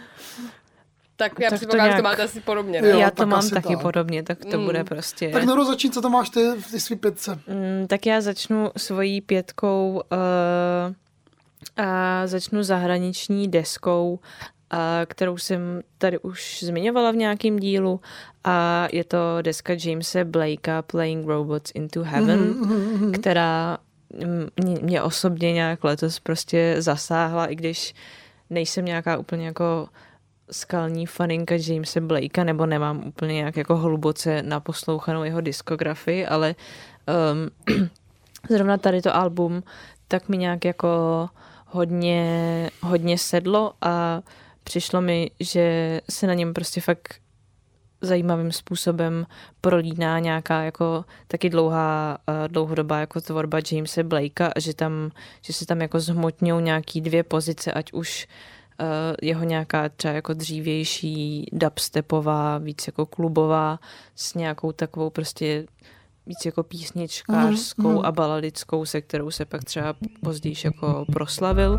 Tak já Tak to předpokládám, že to nějak- máte asi podobně, ne? Jo, Já tak to mám asi taky tak. podobně, tak to Mm. bude prostě... Tak Noro, začni, co to máš ty v té svý pětce. Mm, tak já začnu svojí pětkou uh, a začnu zahraniční deskou, uh, kterou jsem tady už zmiňovala v nějakém dílu a je to deska Jamese Blakea Playing Robots into Heaven, Mhm, mhm. která mě, mě osobně nějak letos prostě zasáhla, i když nejsem nějaká úplně jako skalní faninka Jamese Blakea, nebo nemám úplně nějak jako hluboce naposlouchanou jeho diskografii, ale um, zrovna tady to album tak mi nějak jako hodně, hodně sedlo a přišlo mi, že se na něm prostě fakt zajímavým způsobem prolíná nějaká jako taky dlouhá, dlouhodobá jako tvorba Jamese Blakea a že tam, že se tam jako zhmotňou nějaký dvě pozice, ať už uh, jeho nějaká třeba jako dřívější dubstepová, víc jako klubová s nějakou takovou prostě víc jako písničkářskou mm, mm. a baladickou, se kterou se pak třeba později jako proslavil.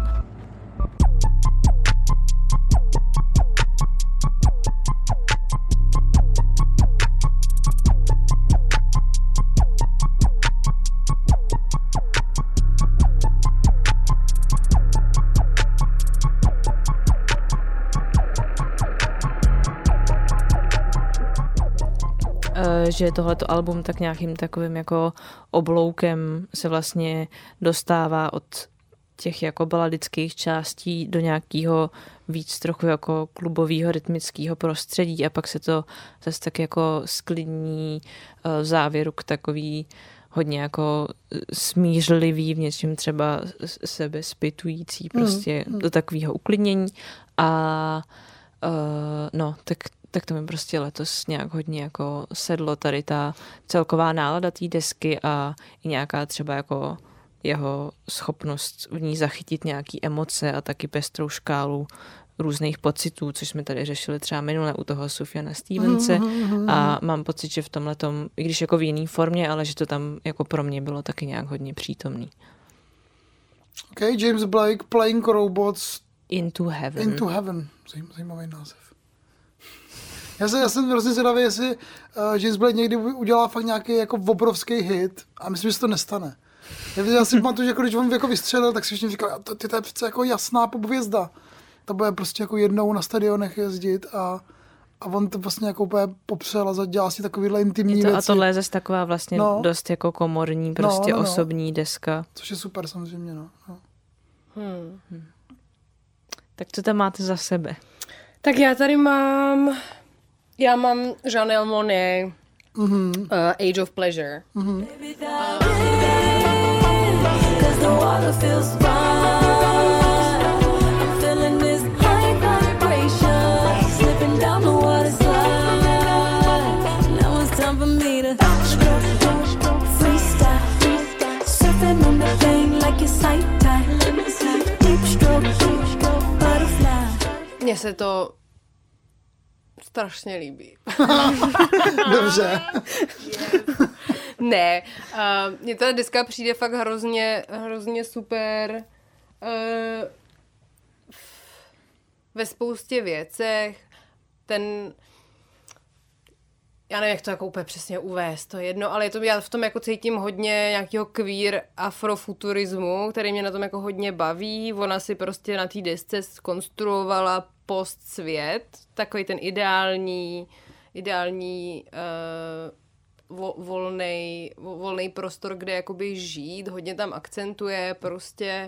že tohleto album tak nějakým takovým jako obloukem se vlastně dostává od těch jako baladických částí do nějakého víc trochu jako klubového rytmického prostředí a pak se to zase tak jako sklidní v závěru k takový hodně jako smířlivý, v něčem třeba sebe spitující, prostě mm. do takového uklidnění a uh, no, tak, tak to mi prostě letos nějak hodně jako sedlo tady ta celková nálada té desky a i nějaká třeba jako jeho schopnost v ní zachytit nějaký emoce a taky pestrou škálu různých pocitů, což jsme tady řešili třeba minule u toho Sufjana Stevense a mám pocit, že v tomhletom, i když jako v jiný formě, ale že to tam jako pro mě bylo taky nějak hodně přítomný. OK, James Blake, Playing Robots Into Heaven. Into Heaven. Zajímavý název. Já, se, já jsem hrozně zvědavý, jestli uh, James Blake někdy udělá fakt nějaký jako obrovský hit a myslím, že se to nestane. Já si pamatuju, že jako, když on jako vystřelil, tak si všichni říkal, to, to je přece jako jasná popvězda. To bude prostě jako jednou na stadionech jezdit a, a on to vlastně jako úplně popřel a dělal si takovýhle intimní to, věci. A tohle je zase taková vlastně no. dost jako komorní, prostě no, no, no. osobní deska. Což je super samozřejmě, no. no. Hmm. Hmm. Tak co tam máte za sebe? Tak já tady mám, já mám Janelle Monáe, mm-hmm. uh, Age of Pleasure. Mm-hmm. Mně se to strašně líbí. Dobře. Ne, uh, mně ta deska přijde fakt hrozně, hrozně super uh, ve spoustě věcech. Ten, já nevím, jak to jako úplně přesně uvést, to je jedno, ale je to, já v tom jako cítím hodně nějakého queer afrofuturismu, který mě na tom jako hodně baví. Ona si prostě na té desce zkonstruovala post-svět, takový ten ideální, ideální uh, vo, volnej, vo, volnej prostor, kde jakoby žít, hodně tam akcentuje prostě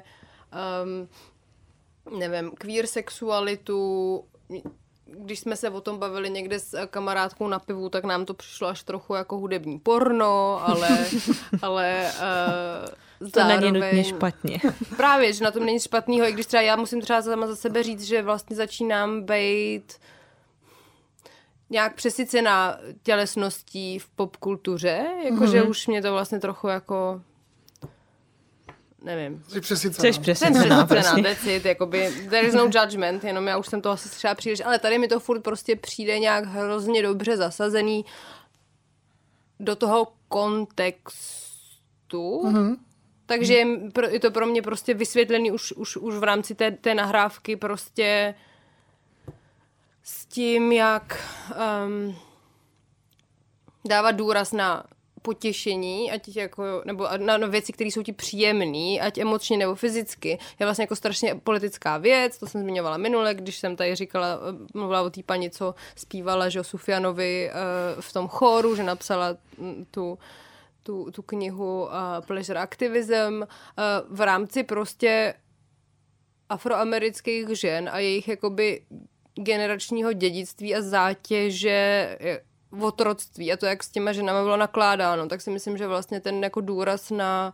um, nevím, queer sexualitu. Když jsme se o tom bavili někde s kamarádkou na pivu, tak nám to přišlo až trochu jako hudební porno, ale, ale uh, to není nutně špatně. Právě, že na tom není špatného, i když třeba já musím třeba sama za sebe říct, že vlastně začínám být nějak přesycená tělesností v popkultuře, jakože mm-hmm. už mě to vlastně trochu jako nevím. Jsi přesycená. Jsi přesycená, prostě. Decit, jakoby, there is no judgment, jenom já už jsem to asi třeba příliš, ale tady mi to furt prostě přijde nějak hrozně dobře zasazený do toho kontextu, mm-hmm. takže je to pro mě prostě vysvětlený už, už, už v rámci té, té nahrávky prostě s tím, jak um, dávat důraz na potěšení, ať jako, nebo na, na věci, které jsou ti příjemné, ať emočně nebo fyzicky, je vlastně jako strašně politická věc, to jsem zmiňovala minule, když jsem tady říkala, mluvila o té paní, co zpívala, že o Sufjanovi uh, v tom chóru, že napsala tu, tu, tu knihu uh, Pleasure Activism uh, v rámci prostě afroamerických žen a jejich jakoby generačního dědictví a zátěže otroctví a to, jak s těma ženama bylo nakládáno, tak si myslím, že vlastně ten jako důraz na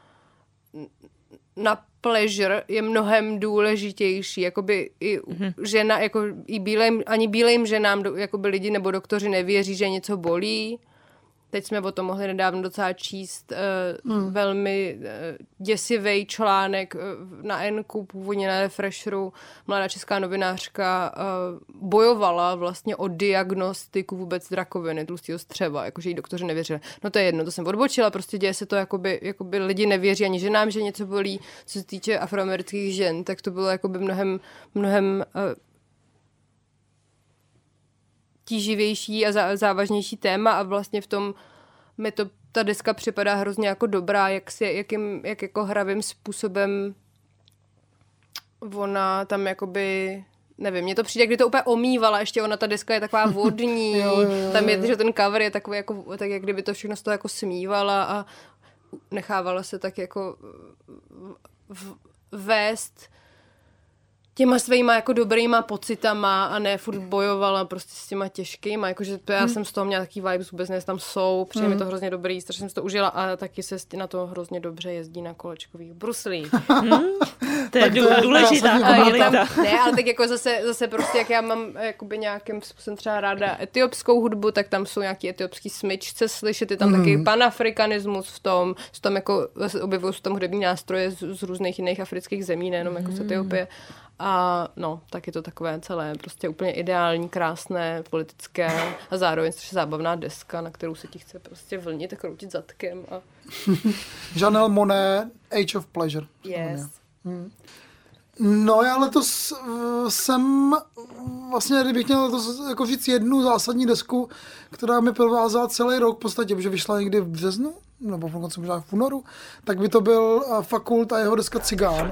na pleasure je mnohem důležitější, jakoby i mm-hmm. žena, jako i bílým, ani bílým ženám jakoby lidi nebo doktoři nevěří, že něco bolí. Teď jsme o tom mohli nedávno docela číst uh, mm. velmi uh, děsivý článek uh, na Enku, původně na Refresheru. Mladá česká novinářka uh, bojovala vlastně o diagnostiku vůbec rakoviny tlustého střeva, jakože jí doktoři nevěřili. No to je jedno, to jsem odbočila, prostě děje se to, jakoby, jakoby lidi nevěří ani ženám, že něco bolí. Co se týče afroamerických žen, tak to bylo jakoby mnohem, mnohem uh, tíživější a závažnější téma a vlastně v tom mi to ta deska připadá hrozně jako dobrá, jak, si, jakým, jak jako hravým způsobem ona tam jakoby nevím, mně to přijde, kdy to úplně omývala, ještě ona, ta deska je taková vodní, jo, jo, jo, tam je, že ten cover je takový, jako, tak jak kdyby to všechno z toho jako smívala a nechávala se tak jako v, vést těma svýma jako dobrýma pocitama a ne furt bojovala prostě s těma těžkýma, jakože to já hmm. jsem z toho měla taký vibes, vůbec ne, tam jsou, přijde hmm. mi to hrozně dobrý, strašně jsem si to užila a taky se na to hrozně dobře jezdí na kolečkových bruslích. Hmm. To je důležitá kvalita. Ne, ale tak jako zase, zase prostě, jak já mám jakoby nějakým způsobem třeba ráda etiopskou hudbu, tak tam jsou nějaký etiopský smyčce slyšet, je tam hmm. taky panafrikanismus v tom, jsou tam jako, objevují se tam hudební nástroje z, z různých jiných afrických zemí, nejenom jako z Etiopie. A no, tak je to takové celé prostě úplně ideální, krásné, politické a zároveň strašně zábavná deska, na kterou se ti chce prostě vlnit a kroutit zadkem. A... Janelle Monáe, Age of Pleasure. Yes. Hmm. No já letos jsem vlastně, kdybych měl letos jako říct jednu zásadní desku, která mi provázela celý rok v podstatě, protože vyšla někdy v březnu, nebo v konci možná v únoru, tak by to byl Fakult a jeho deska Cigán.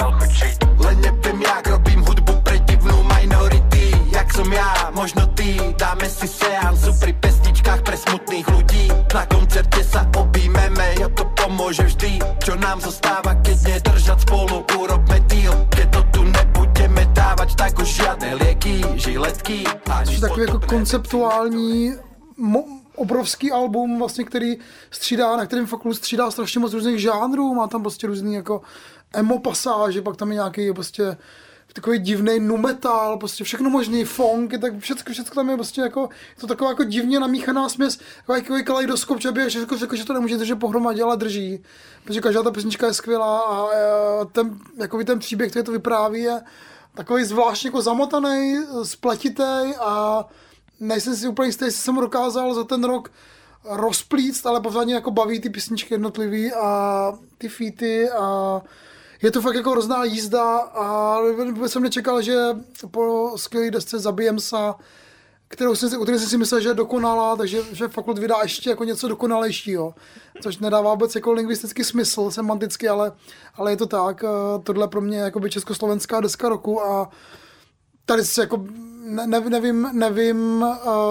Len nevím, jak robím hudbu pre divnú minority, jak som ja, možno ty, dáme si seansu pri pesničkách pre smutných ľudí. Na koncerte sa objímeme, ja to pomôže vždy, čo nám zostáva, keď nedržať spolu, urobme deal, keď to tu nebudeme dávať, tak už žiadne lieky, žiletky. Což takový jako konceptuální mo- obrovský album, vlastně, který střídá, na kterém Fakult střídá strašně moc různých žánrů, má tam prostě různý jako emo pasáže, pak tam je nějaký prostě takový divnej nu metal, prostě všechno možný, funk, tak všechno, všechno tam je prostě jako, je to taková jako divně namíchaná směs, takový kaleidoskop, že by řekl, řekl, že to nemůže držet pohromadě, ale drží, protože každá ta písnička je skvělá a ten, jakoby ten příběh, který to vypráví, je takový zvláštně jako zamotaný, spletitý a nejsem si úplně jistý, jestli jsem ho dokázal za ten rok rozplíct, ale pořádně jako baví ty písničky jednotlivý a ty featy a je to fakt jako hrozná jízda a vůbec jsem nečekal, že po skvělý desce Zabijem sa, kterou jsem si, o které jsem si myslel, že je dokonalá, takže že Fakult vydá ještě jako něco dokonalejšího, což nedává vůbec jako lingvistický smysl, semanticky, ale, ale je to tak. Tohle pro mě je jakoby československá deska roku a tady si jako ne, nevím, nevím,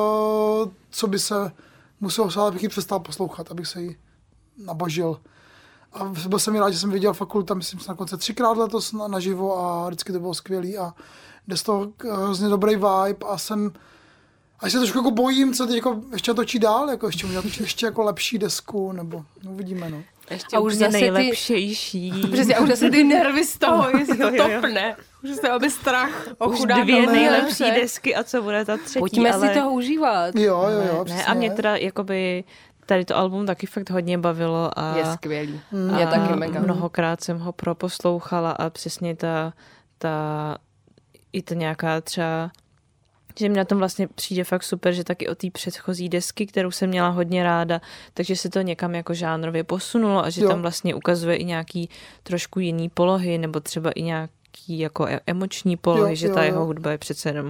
uh, co by se muselo stát, abych ji přestal poslouchat, abych se jí nabažil. A byl jsem rád, že jsem viděl Fakulta, myslím, na konce třikrát letos na, naživo a vždycky to bylo skvělý a jde z toho hrozně dobrý vibe a jsem, až se trošku jako bojím, co teď jako ještě točí dál, jako ještě možná točí ještě jako lepší desku, nebo no, uvidíme, no. Ještě a už zase nejlepšější. Ty... Přesně, a už zase ty nervy z toho, jestli to topne. Už se aby strach. Už dvě nejlepší desky a co bude ta třetí. Pojďme ale... si toho užívat. Jo, jo, jo. Ne, ne, a mě teda jakoby tady to album taky fakt hodně bavilo. A, je skvělý. A je taky mega. Mnohokrát jsem ho proposlouchala a přesně ta, ta i ta nějaká třeba, že mi na tom vlastně přijde fakt super, že taky o té předchozí desky, kterou jsem měla hodně ráda, takže se to někam jako žánrově posunulo a že jo. Tam vlastně ukazuje i nějaký trošku jiný polohy, nebo třeba i nějaký jako emoční polohy, jo, že ta jo, jeho hudba je přece jenom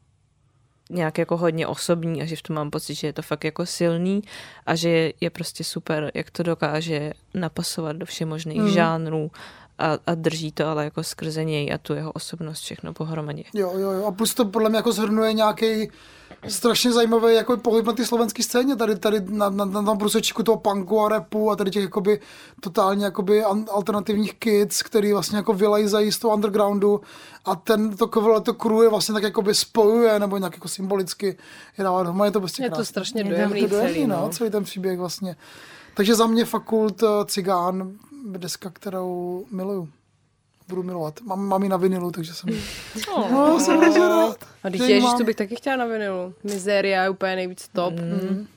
nějak jako hodně osobní a že v tom mám pocit, že je to fakt jako silný a že je prostě super, jak to dokáže napasovat do všemožných mm. žánrů a, a drží to ale jako skrze něj a tu jeho osobnost všechno pohromadě. Jo, jo, jo. A plus to podle mě jako zhrnuje nějaký strašně zajímavý jako pohyb na té slovenské scéně, tady, tady na, na, na tom průsečku toho punku a rapu a tady těch jakoby totálně jakoby alternativních kids, který vlastně jako vylejzají z toho undergroundu a ten to, to crew je vlastně tak jakoby spojuje nebo nějak jako symbolicky je dává dohromady, je to prostě krásný. Je to strašně dojemný celý, no. Celý ten příběh vlastně. Takže za mě Fakult Cigán, deska, kterou miluju. Budu milovat. Mám, mám ji na vinilu, takže jsem... Oh. No, jsem hrozně rád. A když ježiš, to bych taky chtěla na vinilu. Mizeria je úplně nejvíc top. Mm. Mm. Uh,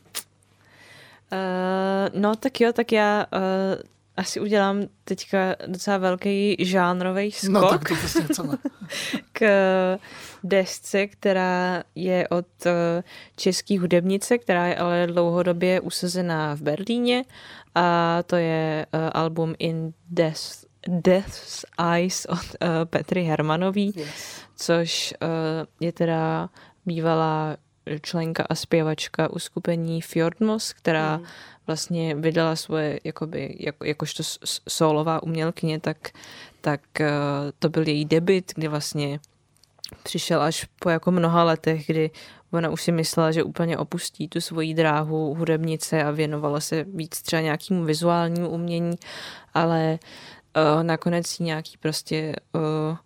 no tak jo, tak já uh, asi udělám teďka docela velký žánrový skok. No tak to prostě chceme. K desce, která je od uh, české hudebnice, která je ale dlouhodobě usazená v Berlíně a to je uh, album In Death Death's Eyes od uh, Petry Hermanový, yes. Což uh, je teda bývalá členka a zpěvačka uskupení Fjordmos, která mm. vlastně vydala svoje jakoby, jako, jakožto solová umělkyně, tak, tak uh, to byl její debut, kdy vlastně přišel až po jako mnoha letech, kdy ona už si myslela, že úplně opustí tu svoji dráhu hudebnice a věnovala se víc třeba nějakému vizuálnímu umění, ale uh, nakonec jí nějaký prostě uh,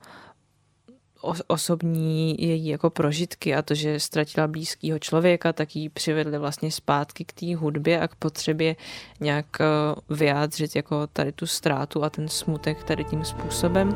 osobní její jako prožitky a to, že ztratila blízkého člověka, tak jí přivedly vlastně zpátky k té hudbě a k potřebě nějak uh, vyjádřit jako tady tu ztrátu a ten smutek tady tím způsobem.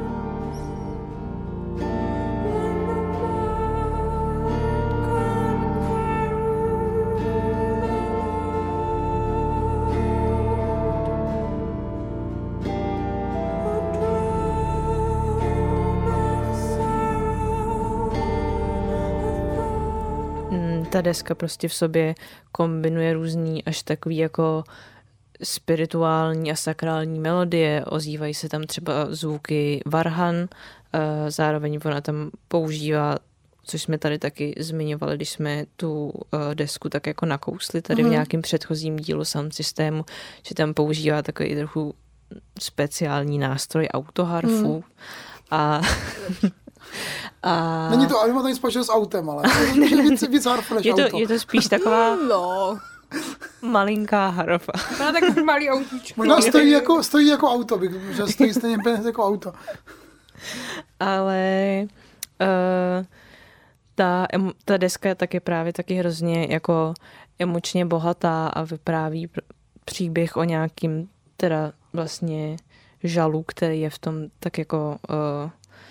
Ta deska prostě v sobě kombinuje různý až takový jako spirituální a sakrální melodie, ozývají se tam třeba zvuky varhan, zároveň ona tam používá, což jsme tady taky zmiňovali, když jsme tu desku tak jako nakousli tady mm. v nějakém předchozím dílu sound systému, že tam používá takový trochu speciální nástroj autoharfu mm. a A... Není to, ale má to nic společného s autem, ale je víc, víc harfa než je to, auto. Je to spíš taková no. malinká harfa. Má takový malý autíčko. Možná stojí jako, stojí jako auto, že stojí stejně peněz jako auto. Ale uh, ta, ta deska je taky právě taky hrozně jako emočně bohatá a vypráví příběh o nějakým teda vlastně žalu, který je v tom tak jako uh,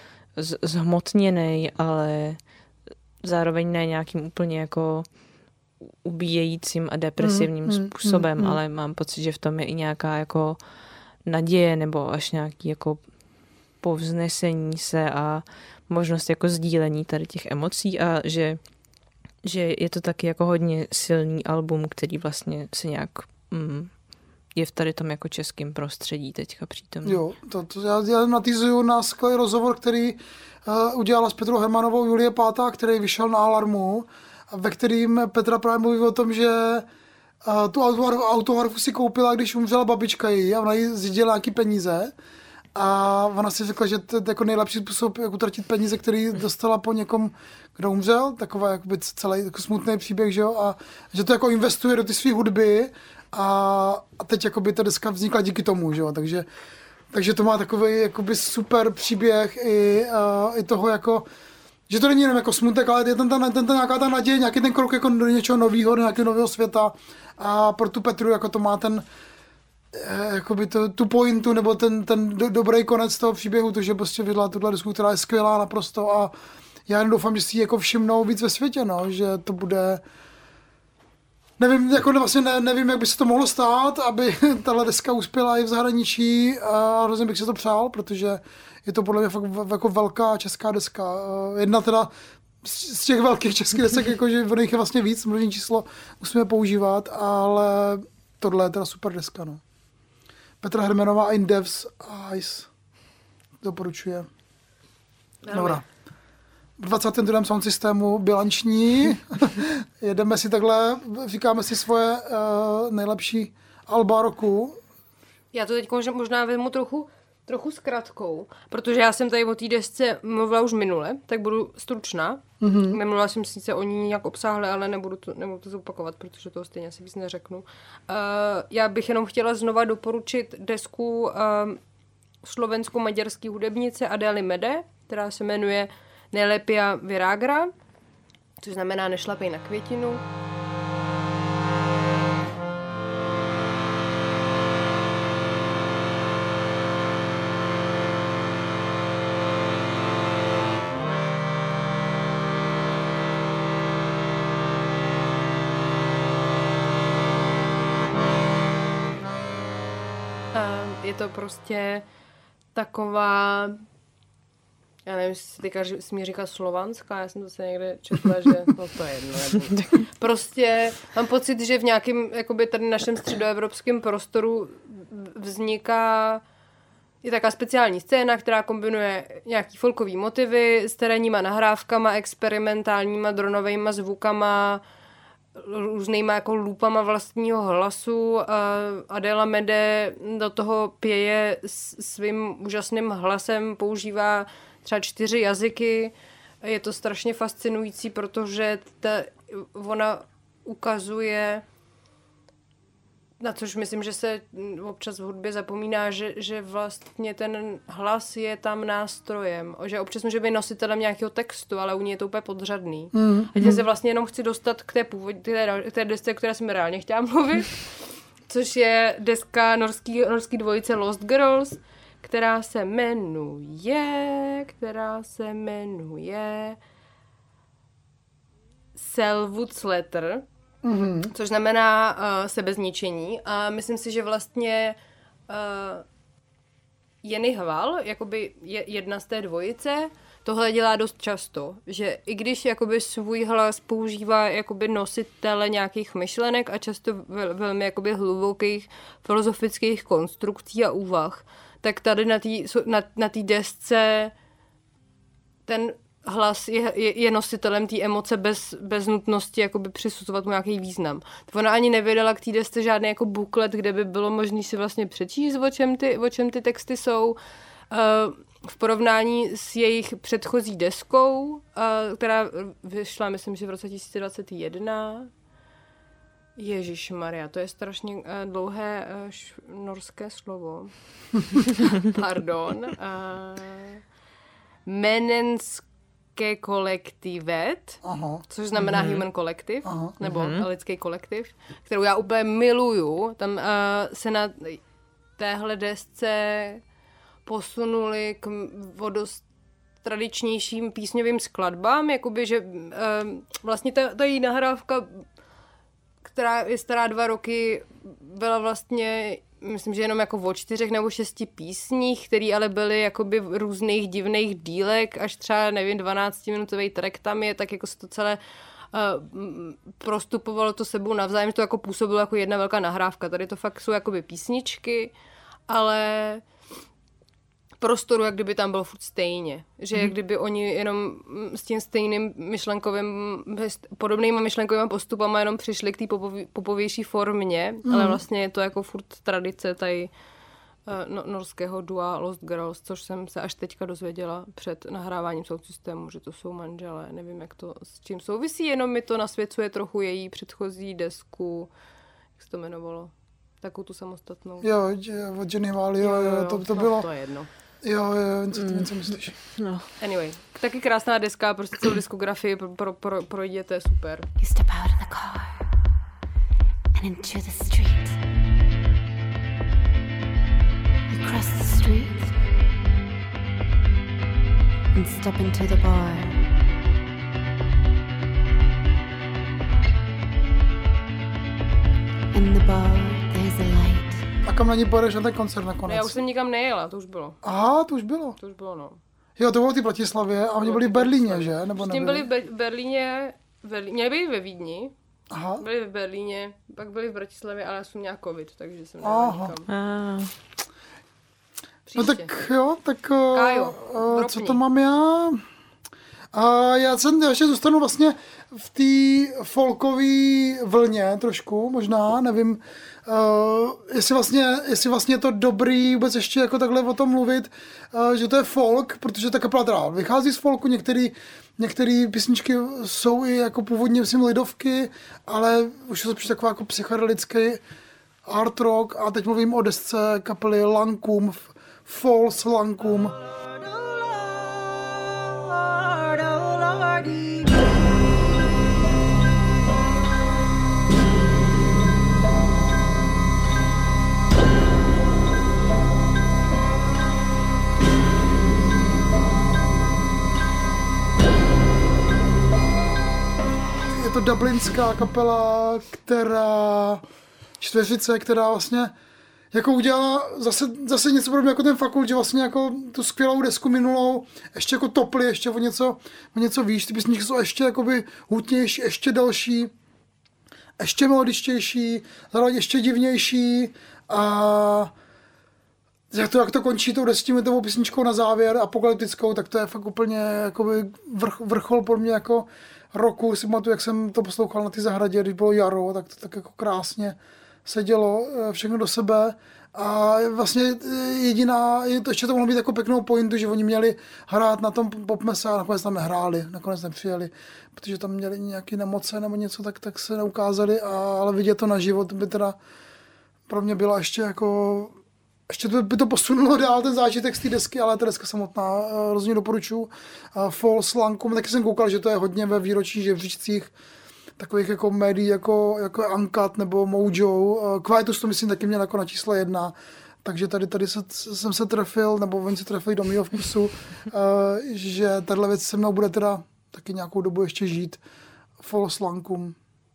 zhmotněnej, ale zároveň ne nějakým úplně jako ubíjejícím a depresivním mm, způsobem, mm, mm. ale mám pocit, že v tom je i nějaká jako naděje nebo až nějaký jako povznesení se a možnost jako sdílení tady těch emocí a že, že je to taky jako hodně silný album, který vlastně se nějak mm, je v tady tom jako českém prostředí teďka přítomný. Jo, to, to já, já natýzuju na skvělý rozhovor, který uh, udělala s Petrou Hermanovou Julie Pátá, který vyšel na Alarmu, ve kterým Petra právě mluví o tom, že uh, tu autoharfu si koupila, když umřela babička její a ona jí zdědila nějaký peníze a ona si řekla, že to je jako nejlepší způsob, jak utratit peníze, který dostala po někom, kdo umřel, taková jakoby celý jako smutný příběh, že jo, a že to jako investuje do ty své hudby. A, a teď jakoby ta deska vznikla díky tomu, že jo, takže, takže to má takový jakoby super příběh i, uh, i toho jako, že to není jenom jako smutek, ale je tam ta, ten, ten, nějaká ta naděje, nějaký ten krok jako do něčeho nového, do nějakého nového světa a pro tu Petru jako to má ten eh, jakoby to, tu pointu nebo ten, ten do, dobrý konec toho příběhu, to, že prostě vydala tuhle desku, která je skvělá naprosto a já jen doufám, že si ji jako všimnou víc ve světě, no, že to bude. Nevím, jako vlastně ne, nevím, jak by se to mohlo stát, aby tahle deska uspěla i v zahraničí a hrozně bych si to přál, protože je to podle mě fakt jako velká česká deska. Jedna teda z těch velkých českých desek, jako, že v nich je vlastně víc, množní číslo musíme používat, ale tohle je teda super deska. No. Petra Hermanová In Dev's Eyes doporučuje. Dobra. V dvacátém druhém sound systému bilanční. Jedeme si takhle, říkáme si svoje uh, nejlepší alba roku. Já to teď možná vezmu trochu, trochu zkratkou, protože já jsem tady o té desce mluvila už minule, tak budu stručná. Mm-hmm. Nemluvila jsem sice o ní nějak obsáhle, ale nebudu to, nebudu to zopakovat, protože toho stejně asi víc neřeknu. Uh, já bych jenom chtěla znova doporučit desku uh, slovensko-maďarský hudebnice Adély Mede, která se jmenuje Nelepia Viragra, což znamená nešlapej na květinu. Je to prostě taková, já nevím, jestli teďka jsi mi říkal slovanská, já jsem to se někde četla, že no to je jedno. Prostě mám pocit, že v nějakém jakoby tady našem středoevropském prostoru vzniká je taková speciální scéna, která kombinuje nějaký folkový motivy s terénníma nahrávkama, experimentálníma dronovejma zvukama, různýma jako lupama vlastního hlasu. Adéla Mede do toho pěje svým úžasným hlasem, používá třeba čtyři jazyky, je to strašně fascinující, protože ta, ona ukazuje, na což myslím, že se občas v hudbě zapomíná, že, že vlastně ten hlas je tam nástrojem. Že občas může být nositelem nějakého textu, ale u ní je to úplně podřadný. Mm. A se vlastně jenom chci dostat k té původní, k té, k té desce, o které jsem reálně chtěla mluvit, což je deska norský, norský dvojice Lost Girls, která se jmenuje, která se jmenuje Selwood's Letter, mm-hmm. což znamená uh, sebezničení. A myslím si, že vlastně uh, Jenny Hval, jakoby je jedna z té dvojice, tohle dělá dost často, že i když jakoby svůj hlas používá jakoby nositele nějakých myšlenek a často vel, velmi jakoby hlubokých filozofických konstrukcí a úvah, tak tady na té na, na té desce ten hlas je, je, je nositelem té emoce bez, bez nutnosti jakoby přisuzovat mu nějaký význam. Ona ani nevydala k té desce žádný jako buklet, kde by bylo možné si vlastně přečíst, o čem ty, o čem ty texty jsou. Uh, v porovnání s jejich předchozí deskou, uh, která vyšla, myslím, že v roce dva tisíce dvacet jedna. Ježišmarja, to je strašně uh, dlouhé uh, š- norské slovo. Pardon. Uh, Menenské kolektivet, aha. což znamená mm-hmm. human collective, aha. nebo mm-hmm. lidský kolektiv, kterou já úplně miluju. Tam uh, se na téhle desce posunuli k vodost tradičnějším písňovým skladbám, jakoby, že uh, vlastně ta, ta její nahrávka, která je stará dva roky, byla vlastně, myslím, že jenom jako o čtyřech nebo šesti písních, které ale byly jakoby v různých divných dílek, až třeba, nevím, dvanáctiminutový track tam je, tak jako se to celé uh, prostupovalo to sebou navzájem, to jako působilo jako jedna velká nahrávka. Tady to fakt jsou jakoby písničky, ale prostoru, jak kdyby tam bylo furt stejně. Že jak kdyby oni jenom s tím stejným myšlenkovým, podobnýma myšlenkovými postupama jenom přišli k té popoví, popovější formě, mm. ale vlastně je to jako furt tradice tady uh, no, norského dua Lost Girls, což jsem se až teďka dozvěděla před nahráváním Sound Systemu, že to jsou manželé. Nevím, jak to s čím souvisí, jenom mi to nasvěcuje trochu její předchozí desku, jak se to jmenovalo? Takovou tu samostatnou. Jo, od Jenny Hval, jo, jo, jo, to, to bylo. To je jedno. Jo, jo, co ty mm. něco myslíš. No. Anyway, taky krásná deska, prostě celou diskografii pro, pro, pro, projděte, super. You step out of the car and into the street. You cross the street and step into the bar. In the bar, there's a light. A kam na ní pojedeš na ten koncert nakonec? Ne, já už jsem nikam nejela, to už bylo. Aha, to už bylo. To už bylo, no. Jo, to bylo ty Bratislavě a oni byli v Berlíně, že? Nebo s tím byli v Be- Berlíně, Berlí... měli být ve Vídni, aha. byli v Berlíně, pak byli v Bratislavě, ale já jsem měla covid, takže jsem nejela nikam. No tak jo, tak Kájo, uh, co to mám já? Uh, já jsem ještě zůstanu vlastně v té folkové vlně trošku, možná, nevím, uh, jestli, vlastně, jestli vlastně je to dobrý vůbec ještě jako takhle o tom mluvit, uh, že to je folk, protože ta kapela teda vychází z folku, některé některé písničky jsou i jako původně myslím lidovky, ale už je to taková jako psychedelický art rock a teď mluvím o desce kapely Lankum, False Lankum. Je to dublinská kapela, která čtveřice, která vlastně jako udělala zase, zase něco podobného jako ten Fakult, že vlastně jako tu skvělou desku minulou ještě jako topli, ještě o něco, o něco výš, ty písničky jsou ještě jakoby hutnější, ještě další, ještě melodičtější, zároveň ještě divnější a jak to, jak to končí tou desetiminutovou písničkou na závěr, apokalyptickou, tak to je fakt úplně jakoby vrch, vrchol pro mě jako roku. Si pamatuju, jak jsem to poslouchal na té zahradě, když bylo jaro, tak to tak jako krásně sedělo všechno do sebe A vlastně jediná, je to, ještě to mohlo být jako pěknou pointu, že oni měli hrát na tom popmese a nakonec tam nehráli, nakonec nepřijeli, protože tam měli nějaké nemoce nebo něco, tak, tak se neukázali, a, ale vidět to na život by teda pro mě byla ještě jako, ještě to, by to posunulo dál ten zážitek z té desky, ale ta deska samotná rozhodně doporučuji. False Lancome, taky jsem koukal, že to je hodně ve výročních žebříčcích takových jako médií, jako, jako Uncut nebo Mojo. Quietus to myslím taky měl jako na číslo jedna. Takže tady, tady se, jsem se trefil, nebo oni se trefili do mého vkusu, že tahle věc se mnou bude teda taky nějakou dobu ještě žít. False Lancome.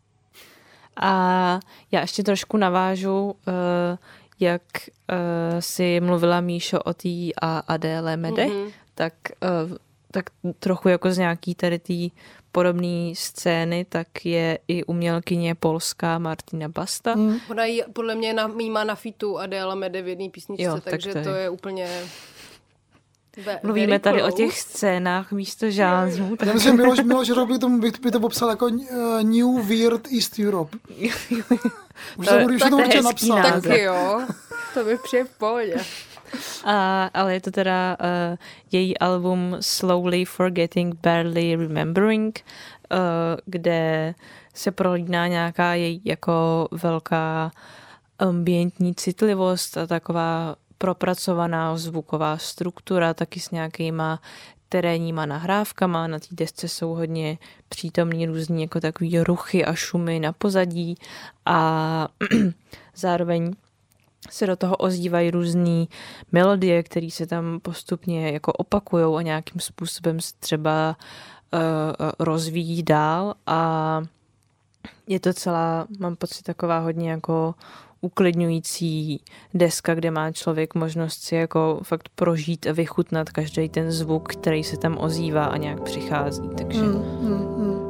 A já ještě trošku navážu, jak si mluvila, Míšo, o té Adéle Mede, mm-hmm. tak, tak trochu jako z nějaký tady té podobné scény, tak je i umělkyně polská Martina Basta. Mm. Ona jí, podle mě na, jí má na fitu Adéla Mede v jedné písničce, jo, takže to je, to je úplně... Ve, Mluvíme tady o těch scénách místo žánrů. Já myslím, Miloš, Miloš Rob by, tomu, by, by to popsal jako uh, New Weird East Europe. Už to, to, to, to určitě napsal. Taky jo, to by přijde v pohodě. A, ale je to teda uh, její album Slowly Forgetting, Barely Remembering, uh, kde se prolíná nějaká její jako velká ambientní citlivost a taková propracovaná zvuková struktura, taky s nějakýma terénníma nahrávkama. Na té desce jsou hodně přítomný různý jako takový ruchy a šumy na pozadí a zároveň se do toho ozývají různé melodie, které se tam postupně jako opakujou a nějakým způsobem třeba uh, rozvíjí dál, a je to celá, mám pocit, taková hodně jako uklidňující deska, kde má člověk možnost si jako fakt prožít a vychutnat každý ten zvuk, který se tam ozývá a nějak přichází, takže... Mm, mm, mm.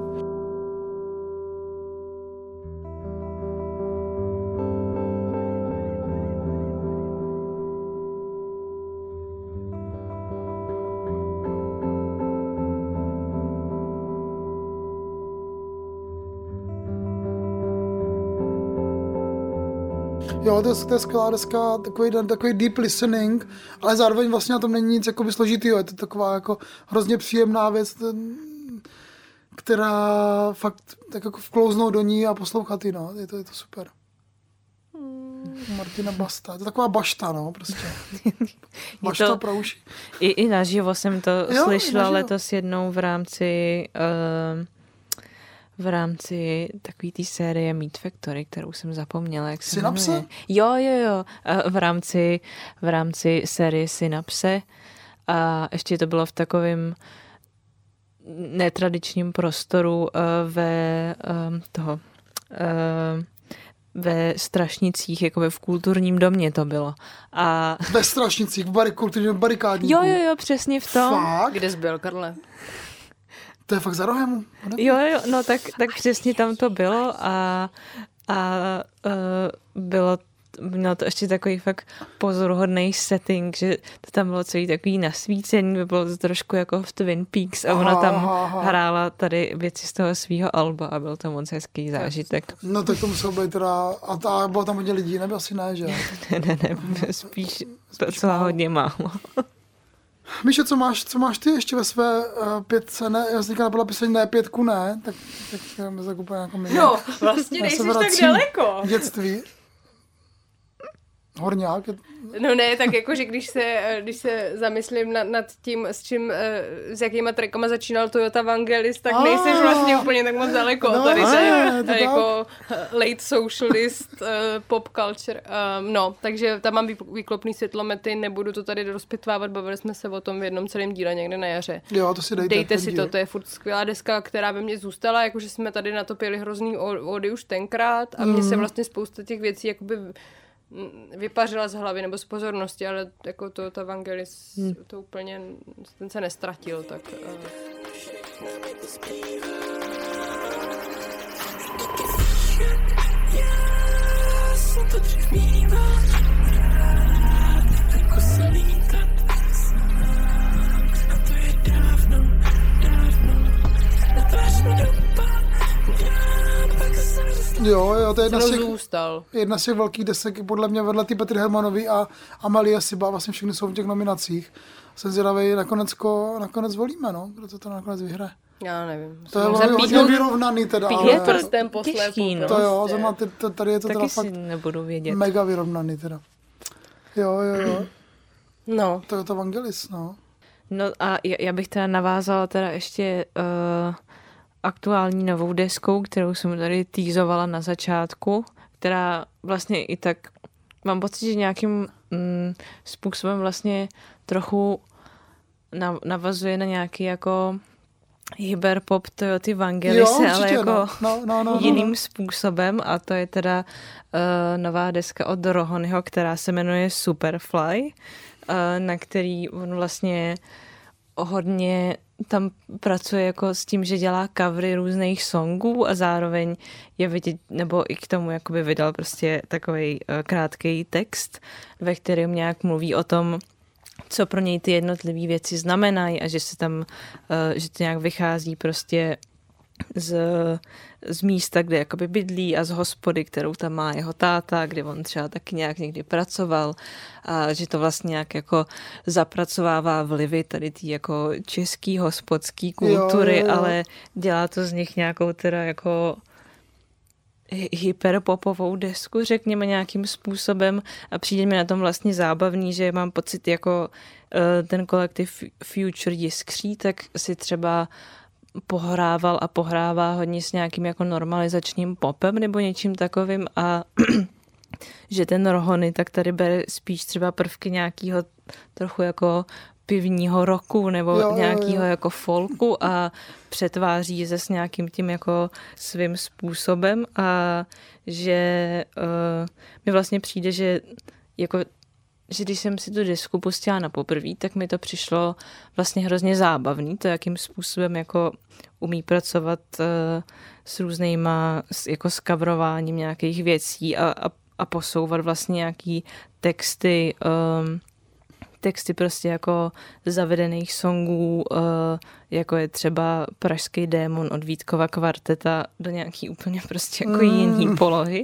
Jo, to je, to je skvělá deska, takový, takový deep listening, ale zároveň vlastně na tom není nic jakoby složitýho. Je to taková jako hrozně příjemná věc, ten, která fakt tak jako vklouznout do ní a poslouchat ji, no. Je to, je to super. Hmm. Martina Basta. Je to taková bašta, no, prostě. Bašta to, pro uši. I, I naživo jsem to jo, slyšela letos jednou v rámci... Uh, v rámci takové té série Meat Factory, kterou jsem zapomněla, jak se Synapse? jmenuje. Jo, jo, jo. V rámci, v rámci série Synapse. A ještě to bylo v takovém netradičním prostoru ve toho ve Strašnicích, jako v kulturním domě to bylo. A... Ve Strašnicích, v bari, kulturním barikádníku. Jo, jo, jo, přesně v tom. Fakt? Kde jsi byl, Karle? To je fakt za rohem. Jo, jo, no tak, tak přesně tam to bylo a, a uh, bylo, mělo to ještě takový fakt pozoruhodný setting, že to tam bylo celý takový nasvícení, by bylo to trošku jako v Twin Peaks a ona tam aha, aha. hrála tady věci z toho svýho alba a byl to moc hezký zážitek. No tak to muselo být teda, a ta, bylo tam hodně lidí, nebo asi ne, že? ne, ne, ne, spíš docela hodně málo. Míšo, co máš, co máš ty ještě ve své uh, pětce, ne, já jsem říkala, byla píseň ne, pětku ne, tak, tak mi tak úplně jako mi. No, vlastně nejsiš tak daleko. Dětství. Horňák. No ne, tak jako, že když se, když se zamyslím nad, nad tím, s čím, s jakýma trackama začínal Toyota Vangelis, tak nejsiš vlastně úplně tak moc daleko. No, tady ne, se jako late socialist, uh, pop culture. Um, no, takže tam mám výklopný světlomety, nebudu to tady rozpitvávat, bavili jsme se o tom v jednom celém díle někde na jaře. Jo, to si dejte. Dejte si to, to je furt skvělá deska, která ve mně zůstala, jakože jsme tady natopili hrozný ódy už tenkrát a mně mm. se vlastně spousta těch věcí jakoby vypařila z hlavy nebo z pozornosti, ale jako to ta Vangelis hmm. to úplně, ten se nestratil, tak... Uh... Jo, jo, to je jedna z, těch, zůstal. jedna z těch velkých desek, podle mě vedle ty Petry Hermanový a Amelie Siba, vlastně všechny jsou v těch nominacích. Jsem zvědavý, nakonec, nakonec volíme, no, kdo to, to nakonec vyhraje. Já nevím. To je hodně vyrovnaný teda, ale... ale... prstem poslépu. Těžký, no. To jo, zrovna ty, to, tady je to taky teda fakt nebudu vědět. Mega vyrovnaný teda. Jo, jo, jo. No. To je to Vangelis, no. No a já bych teda navázala teda ještě uh, aktuální novou deskou, kterou jsem tady teasovala na začátku, která vlastně i tak, mám pocit, že nějakým mm, způsobem vlastně trochu navazuje na nějaký jako hyperpop Toyoty Vangelise, jo, ale jako no. No, no, no, jiným no, no. způsobem a to je teda uh, nová deska od Rohonyho, která se jmenuje Superfly, uh, na který on vlastně hodně tam pracuje jako s tím, že dělá covery různých songů a zároveň je vidět, nebo i k tomu jakoby vydal prostě takovej uh, krátký text, ve kterém nějak mluví o tom, co pro něj ty jednotlivé věci znamenají a že se tam, že to nějak vychází prostě z, z místa, kde jakoby bydlí a z hospody, kterou tam má jeho táta, kde on třeba taky nějak někdy pracoval a že to vlastně nějak jako zapracovává vlivy tady tý jako český hospodský kultury, jo, jo, jo. Ale dělá to z nich nějakou teda jako hyperpopovou desku, řekněme nějakým způsobem a přijde mi na tom vlastně zábavný, že mám pocit jako uh, ten kolektiv Future Jiskří, tak si třeba pohrával a pohrává hodně s nějakým jako normalizačním popem nebo něčím takovým a že ten Rohony tak tady bere spíš třeba prvky nějakého trochu jako pivního roku nebo jo, nějakého jo, jo. jako folku a přetváří se s nějakým tím jako svým způsobem a že uh, mi vlastně přijde, že jako že když jsem si tu desku pustila na poprvé, tak mi to přišlo vlastně hrozně zábavný, to jakým způsobem jako umí pracovat uh, s různýma jako s coverováním nějakých věcí a, a, a posouvat vlastně nějaký texty um, texty prostě jako zavedených songů, jako je třeba Pražský démon od Vítkova kvarteta do nějaký úplně prostě jako mm. jiný polohy.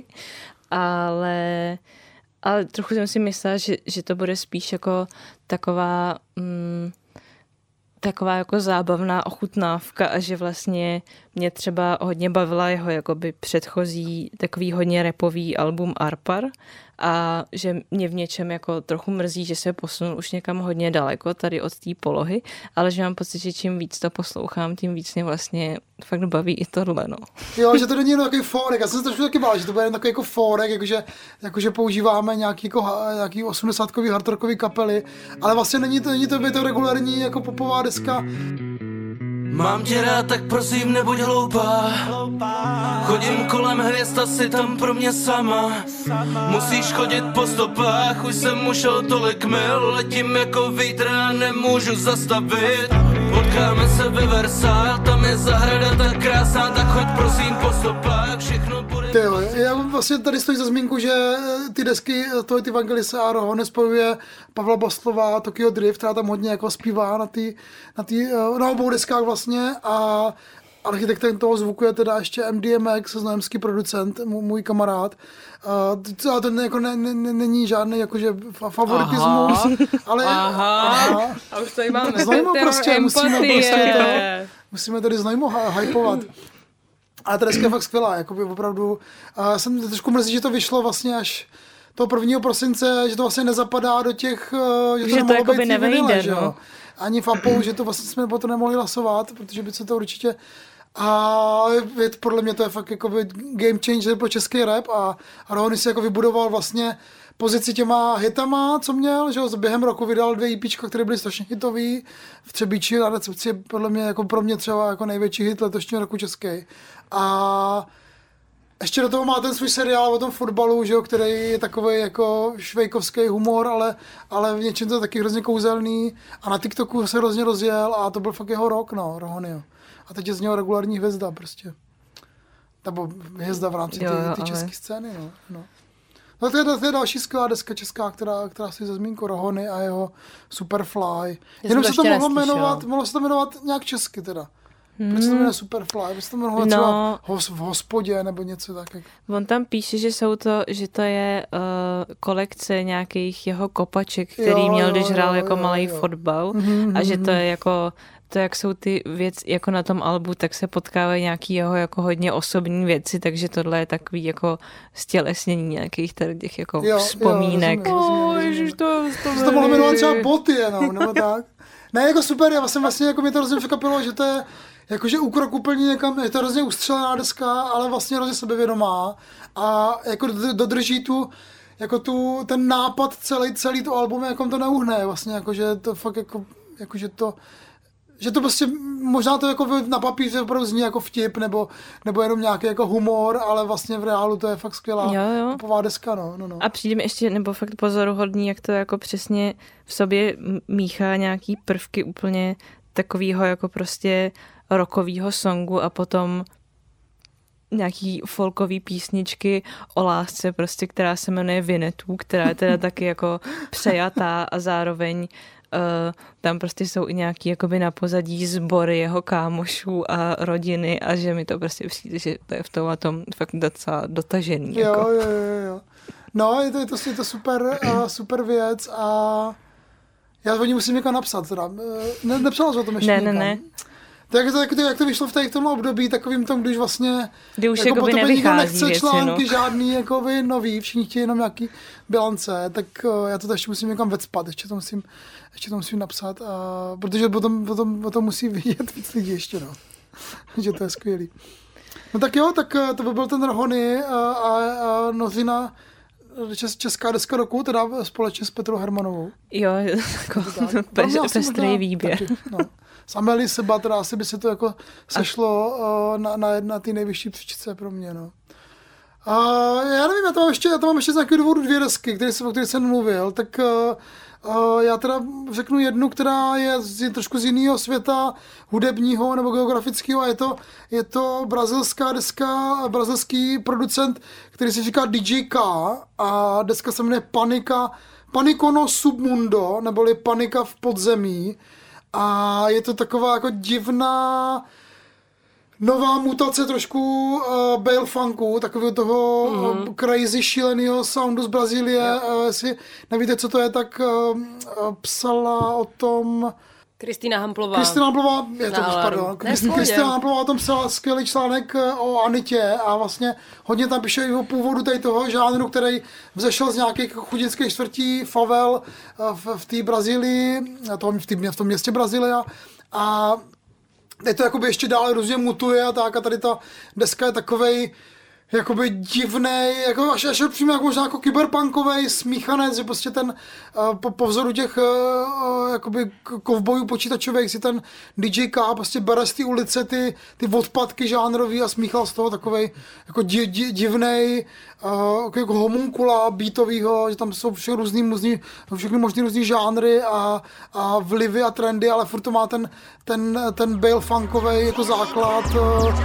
Ale, ale trochu jsem si myslela, že, že to bude spíš jako taková mm, taková jako zábavná ochutnávka a že vlastně mě třeba hodně bavila jeho jakoby předchozí takový hodně rapový album Arpar a že mě v něčem jako trochu mrzí, že se posunul už někam hodně daleko tady od té polohy, ale že mám pocit, že čím víc to poslouchám, tím víc mě vlastně fakt baví i tohle, no. Jo, že to není jen takový fórek, já jsem se trošku taky bál, že to bude jen takový jako fórek, jakože, jakože používáme nějaký, jako, nějaký osmdesátkový hardrockový kapely, ale vlastně není to, není to, by to regulární jako popová deska. Mám tě rád, tak prosím nebuď hloupá. Chodím kolem hvězd a jsi tam pro mě sama. Musíš chodit po stopách, už jsem ušel tolik mil. Letím jako vítr a nemůžu zastavit. Potkáme se ve Versailles, tam je zahrada tak krásná. Tak choď prosím po stopách, všechno bude... Tyjo, já vlastně tady stojí za zmínku, že ty desky Toyoty Vangelise a Rohony spojuje Pavla Boslova, Tokyo Drift, která tam hodně jako zpívá na ty, na ty, na obou deskách vlastně a architektem toho zvuku je teda ještě M D M X, znojemský producent, můj kamarád. A to jako ne, ne, není žádný jakože favoritismus, ale... Aha, aha. A už tady máme Znojmo prostě, musíme, prostě to, musíme tady Znojmo hypovat. Ale ta deska je fakt skvělá, jakoby opravdu. Já jsem trošku mrzí, že to vyšlo vlastně až toho prvního prosince, že to vlastně nezapadá do těch, že to že nemohlo to být nevejde, vinyle, že no. jo. Ani v Apple, že to vlastně jsme potom nemohli hlasovat, protože by se to určitě... A je, podle mě to je fakt jako game changer pro český rap a, a Rohony si jako vybudoval vlastně pozici těma hitama, co měl, že jo, během roku vydal dvě EPčka, které byly strašně hitový. V Třebíči na recepci je podle mě jako pro mě třeba jako největší hit letošního roku český. A ještě do toho má ten svůj seriál o tom fotbalu, že jo, který je takový jako švejkovský humor, ale, ale v něčem to je taky hrozně kouzelný a na TikToku se hrozně rozjel a to byl fakt jeho rok, no, Rohony. A teď je z něho regulární hvězda prostě. Nebo hvězda v rámci té české scény, no. no. No to je, to je další skvělá deska česká, která, která si za zmínku Rohony a jeho Superfly. Jenom se to mohlo jmenovat, mohlo se to jmenovat nějak česky teda. Hmm. Proč to jmenuje Superfly? Byste to mohlo No. třeba hos, v hospodě nebo něco tak. Jak... On tam píše, že jsou to, že to je uh, kolekce nějakých jeho kopaček, který Jo, měl, jo, když hrál jo, jako jo, malý jo. fotbal Mhm, a že mhm. to je jako to, jak jsou ty věci, jako na tom albu, tak se potkávají nějaký jeho jako hodně osobní věci, takže tohle je takový jako stělesnění nějakých tady těch jako Jo, vzpomínek. jo, rozumím, rozumím, rozumím. to, to, To mohlo jmenovat třeba boty jenom, nebo tak. Ne, jako super, já jsem vlastně, jako mě to hrozně překvapilo, že to je jakože úkrok úplně někam, je to hrozně ustřelená deska, ale vlastně hrozně sebevědomá a jako dodrží tu, jako tu, ten nápad celý, celý to album, jako to neuhne, vlastně, jakože to fakt jako, jakože to, že to prostě, možná to jako na papíře opravdu zní jako vtip, nebo, nebo jenom nějaký jako humor, ale vlastně v reálu to je fakt skvělá Jo, jo. popová deska, no, no, no. A přijde mi ještě, nebo fakt pozoruhodný, jak to jako přesně v sobě m- míchá nějaký prvky úplně takového jako prostě rockového songu a potom nějaký folkový písničky o lásce, prostě, která se jmenuje Vinetů, která je teda taky jako přejatá a zároveň uh, tam prostě jsou i nějaký jakoby na pozadí sbory jeho kámošů a rodiny a že mi to prostě přijde, že to je v tom a tom fakt docela dotažený. Jo, Jako. jo, jo, jo. No, je to, je to, je to super, uh, super věc a já o ní musím někam napsat. Teda. Ne, nepsala jsi o tom ještě Ne, ne, někam. ne. To jak, to, jak, to, jak to vyšlo v, té, v tomhle období, takovým tom, když vlastně Kdy už jako jakoby potom nikdo nevychází nechce věci, články no. žádný jakoby nový, všichni chtějí jenom nějaký bilance, tak uh, já to ještě musím někam vecpat, ještě to musím, ještě to musím napsat, a, protože potom, potom, potom musí vidět víc lidí ještě, no. Že to je skvělý. No tak jo, tak uh, to by byl ten Rohony a, a, a Nořina, Čes, česká deska roku, teda společně s Petrou Hermanovou. Jo, jako Pro mě pes, asi pestrý možná výběr. taky, no. S Amélie Seba, teda asi by se to jako sešlo uh, na, na, na ty nejvyšší příčce pro mě, no. A já nevím, já to mám ještě, já to mám ještě z nějakého důvodu dvě desky, které jsem, o kterých jsem mluvil, tak uh, uh, já teda řeknu jednu, která je z, trošku z jiného světa, hudebního nebo geografického, a je to, je to brazilská deska, brazilský producent, který se říká D J K, a deska se jmenuje Panika, Panico no Submundo, neboli Panika v podzemí. A je to taková jako divná nová mutace trošku uh, Bale funku, takového toho mm. uh, crazy šíleného soundu z Brazílie. Uh, jestli nevíte, co to je, tak uh, uh, psala o tom Kristýna Hamplová. Kristýna Hamplová, je to, Na pardon, Alarmu. Kristýna Hamplová o tom psala skvělý článek o Anitě a vlastně hodně tam píše i o původu tady toho žánru, který vzešel z nějakých chudinských čtvrtí, favel v, v té Brazílii, v, tý, v tom městě Brazília, a teď to jakoby ještě dále různě mutuje a tak, a tady ta deska je takovej jakoby divnej, jako až, až přímo jako možná jako kyberpunkovej smíchanec, že prostě ten uh, po, po vzoru těch uh, jakoby kovbojů počítačových si ten D J K prostě bere z té ulice ty, ty odpadky žánrový a smíchal z toho takovej jako di, di, divnej uh, jako homunkula beatovýho, že tam jsou všechny různý, různý, všechny možný různý žánry a, a vlivy a trendy, ale furt to má ten, ten, ten Bale funkovej jako základ. Uh,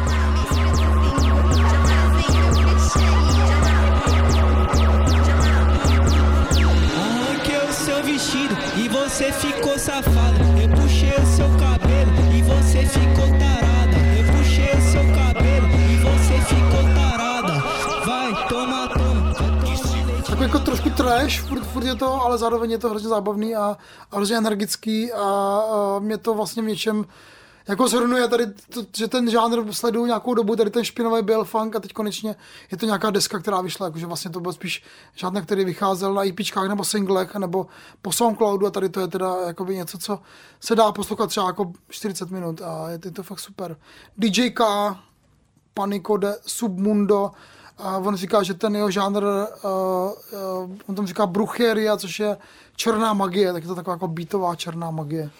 E você ficou safada. Eu puxei o seu cabelo e você ficou tarada. Eu puxei o seu cabelo e você ficou tarada. Vai, toma, toma. Takový jako trošku trash, furt, furt je to, ale zároveň je to hrozně zábavný a, a hrozně energický a, a mě to vlastně v něčem jako zhrnuje tady, to, že ten žánr sleduju nějakou dobu, tady ten špinavý Bale funk, a teď konečně je to nějaká deska, která vyšla, jakože vlastně to byl spíš žádný, který vycházel na EPčkách nebo singlech nebo po Soundcloudu, a tady to je teda jakoby něco, co se dá poslouchat třeba jako čtyřicet minut a je, je to fakt super. D J K, Panico de Submundo, a on říká, že ten jeho žánr, uh, uh, on tam říká brucheria, což je černá magie, tak je to taková jako beatová černá magie.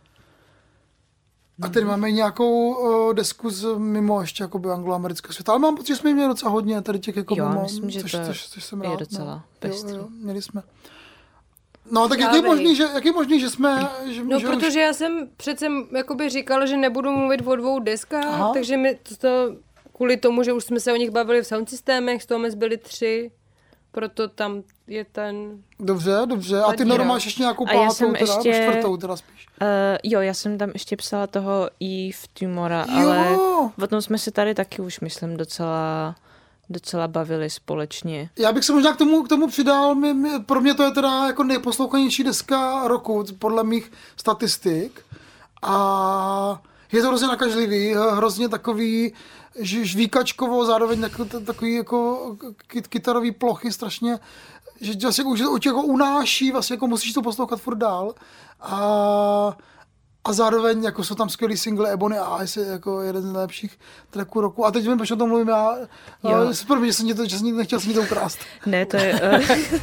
A tady máme nějakou uh, desku z mimo ještě jakoby angloamerického světa, ale mám pocit, že jsme měli docela hodně tady těch jako Jo, mimo, myslím, že což, to což, což jsem je rád, docela no. pestrý. Jo, jo, měli jsme. No, tak jak je, možný, že, jak je možný, že jsme... Že, No, že protože už... já jsem přece jakoby říkala, že nebudu mluvit o dvou deskách, Aha. takže mi to, kvůli tomu, že už jsme se o nich bavili v sound systémech, z toho my byli tři, proto tam je ten... Dobře, dobře. A ty díra. Norma máš ještě nějakou A já pátou, jsem teda, ještě- čtvrtou teda spíš. Uh, jo, já jsem tam ještě psala toho Eve Tumora, Jo. ale o tom jsme se tady taky už, myslím, docela, docela bavili společně. Já bych se možná k tomu, k tomu přidal, my, my, pro mě to je teda jako nejposlouchanější deska roku, podle mých statistik. A je to hrozně nakažlivý, hrozně takový ž- žvíkačkovo, zároveň takový, takový jako kyt, kytarový plochy, strašně, že vlastně už už jako unáší, vlastně jako musíš to poslouchat furt dál. A, a zároveň jako jsou tam skvělý single Ebony Eyes, je jako jeden z nejlepších tracků roku. A teď vím, proč o tom mluvím já. Jo. Super, že jsem, to, že jsem nechtěl jsem ti to ukrást. Ne, to je... Uh,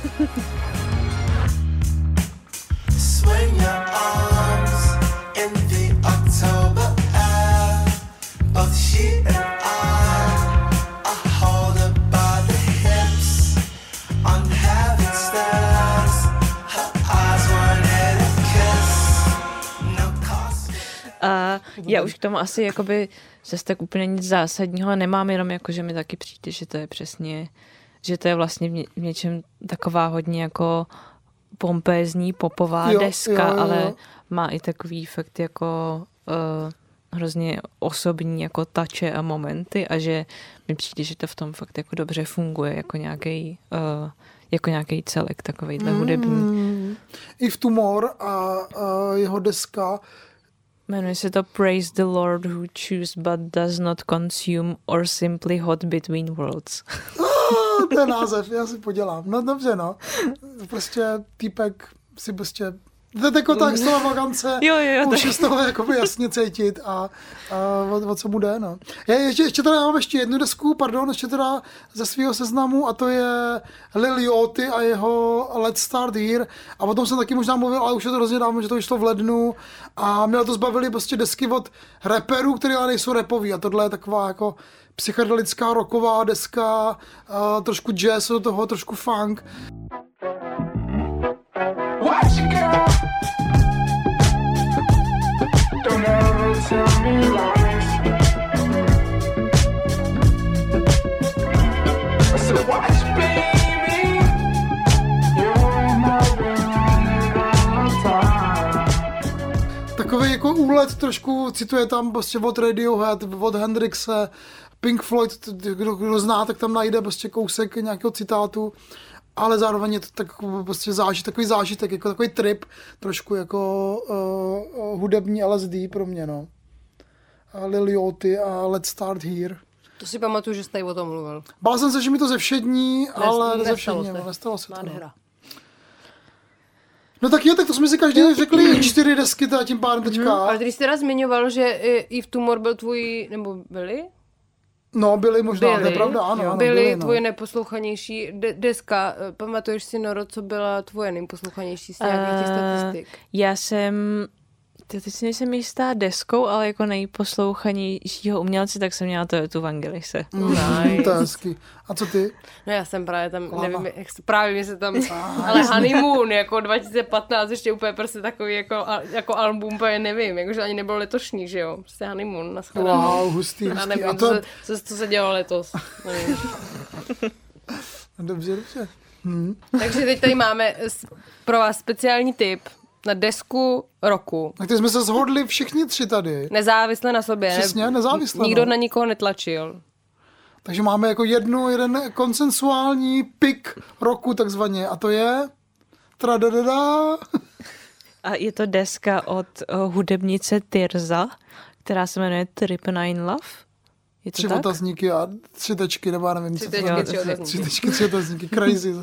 Swing your arms in the October air. Both she and I, I hold her by the hips on heaven stairs. Her eyes wanted a kiss, no cost. a já už k tomu asi jakoby zase tak úplně nic zásadního nemám, jenom jako, že mi taky přijde, že to je přesně, že to je vlastně v, ně, v něčem taková hodně jako pompézní popová Jo, deska, jo, jo, jo. ale má i takový fakt jako uh, hrozně osobní jako tače a momenty a že mi přijde, že to v tom fakt jako dobře funguje jako nějaký uh, jako nějaký celek takovejhle mm. hudební. I v Tumor a, a jeho deska. Jmenuje se to Praise the Lord who choose but does not consume or simply hot between worlds. Ah, to je název, já si podělám. No dobře, no. Prostě týpek si prostě... To je jako ta extravagance, Jo, jo, jo, už tak. je z toho jakoby jasně cítit a, a o, o co mu jde, no. Já ještě, ještě teda mám ještě jednu desku, pardon, ještě teda ze svého seznamu a to je Lil Yachty a jeho Let's Start Here a o tom jsem taky možná mluvil, ale už je to hrozně dávno, že to vyšlo v lednu a mě to zbavili prostě desky od rapperů, který ale nejsou rapoví a tohle je taková jako psychedelická rocková deska, a trošku jazz do toho, trošku funk. Watch it, girl. Don't ever tell me lies. I said, watch, baby. You're never running out of time. Takový jako úlet trošku cituje tam prostě od Radiohead, od Hendrixe, Pink Floyd, kdo, kdo zná, tak tam najde prostě kousek nějakého citátu, ale zároveň je to tak, prostě zážitek, takový zážitek, jako takový trip, trošku jako uh, hudební L S D pro mě, no. Lil Yachty a Let's Start Here. To si pamatuju, že jste o tom mluvil. Bál jsem se, že mi to zevšední, ale nestalo nezevšední, se. no, nestalo se to. No. Nádhera. no tak jo, tak to jsme si každý řekli čtyři desky, teda tím pádem teďka. Ale když jsi teda zmiňoval, že i, i v Tumor byl tvůj, nebo byli? No, byli možná, Byli, to je pravda, ano. jo, ano byli, byli no. tvoje neposlouchanější de- deska. Pamatuješ si, Noro, co byla tvoje nejposlouchanější z nějakých těch Eh, statistik? Já jsem, teď si nejsem jistá deskou, ale jako nejposlouchanějšího umělce, tak jsem měla to tu Vangelise. Mm, to je hezký. A co ty? No já jsem právě tam, Lama. nevím, jak se, právě mi se tam, ale Honeymoon, jako dva tisíce patnáct, ještě úplně prostě takový jako, a- jako album, úplně nevím, jakože ani nebylo letošní, že jo, prostě Honeymoon, naschledanou. Wow, hustý, Já hustý. nevím, A co, to se, co, co se dělo letos, nevím. Dobře, dobře. Hm. Takže teď tady máme s- pro vás speciální tip na desku roku. Tak teď jsme se shodli všichni tři tady. Nezávisle na sobě. ne- Přesně, nezávisle, Nikdo no. na nikoho netlačil. Takže máme jako jednu, jeden konsensuální pik roku takzvaně. A to je... Tradadada. A je to deska od uh, hudebnice Tirza, která se jmenuje Trip Nine Love. Je to Tři tak? otazníky a tři tečky, nebo já nevím, Tři co tečky, to tři otazníky. Tři tečky, tři otazníky, crazy.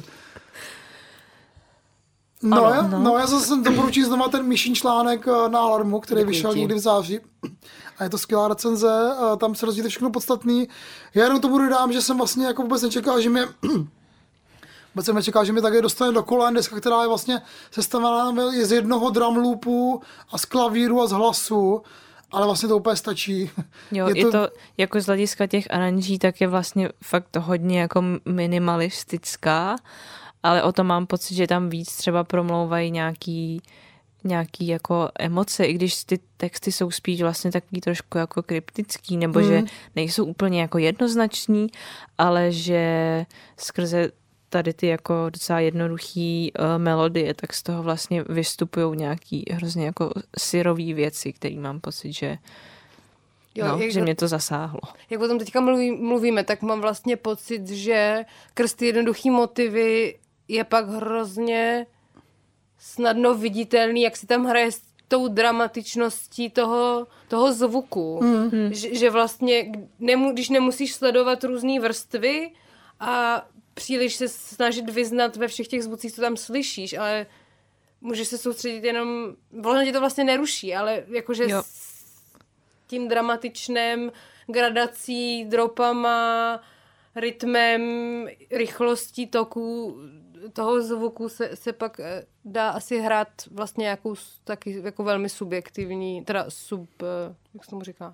No, Ano, já, no. no. já zase doporučím znova ten Míšin článek eh, na Alarmu, který Děkuji vyšel ti. někdy v září. A je to skvělá recenze, a tam se rozvíjí všechno podstatný. Já jenom tomu dodám, že jsem vlastně jako vůbec nečekal, že mě vůbec jsem nečekal, že mi také dostane do kolen deska, která je vlastně sestavená je z jednoho drum loopu a z klavíru a z hlasu, ale vlastně to úplně stačí. Jo, je, je to jako z hlediska těch aranží, tak je vlastně fakt hodně jako minimalistická, ale o to mám pocit, že tam víc třeba promlouvají nějaký nějaký jako emoce, i když ty texty jsou spíš vlastně takový trošku jako kryptický, nebo mm. že nejsou úplně jako jednoznační, ale že skrze tady ty jako docela jednoduchý uh, melodie, tak z toho vlastně vystupují nějaký hrozně jako syrový věci, který mám pocit, že, Jo, no, jak, že mě to zasáhlo. Jak o tom teďka mluví, mluvíme, tak mám vlastně pocit, že krz ty jednoduchý motivy je pak hrozně snadno viditelný, jak si tam hraje s tou dramatičností toho, toho zvuku. Mm. Že, že vlastně, nemu, když nemusíš sledovat různé vrstvy a příliš se snažit vyznat ve všech těch zvucích, co tam slyšíš, ale můžeš se soustředit jenom, vlastně tě to vlastně neruší, ale jakože Jo. s tím dramatičným gradací, dropama, rytmem, rychlostí toku toho zvuku se, se pak eh, dá asi hrát vlastně nějakou s- taky jako velmi subjektivní, teda sub, eh, jak se tomu říká?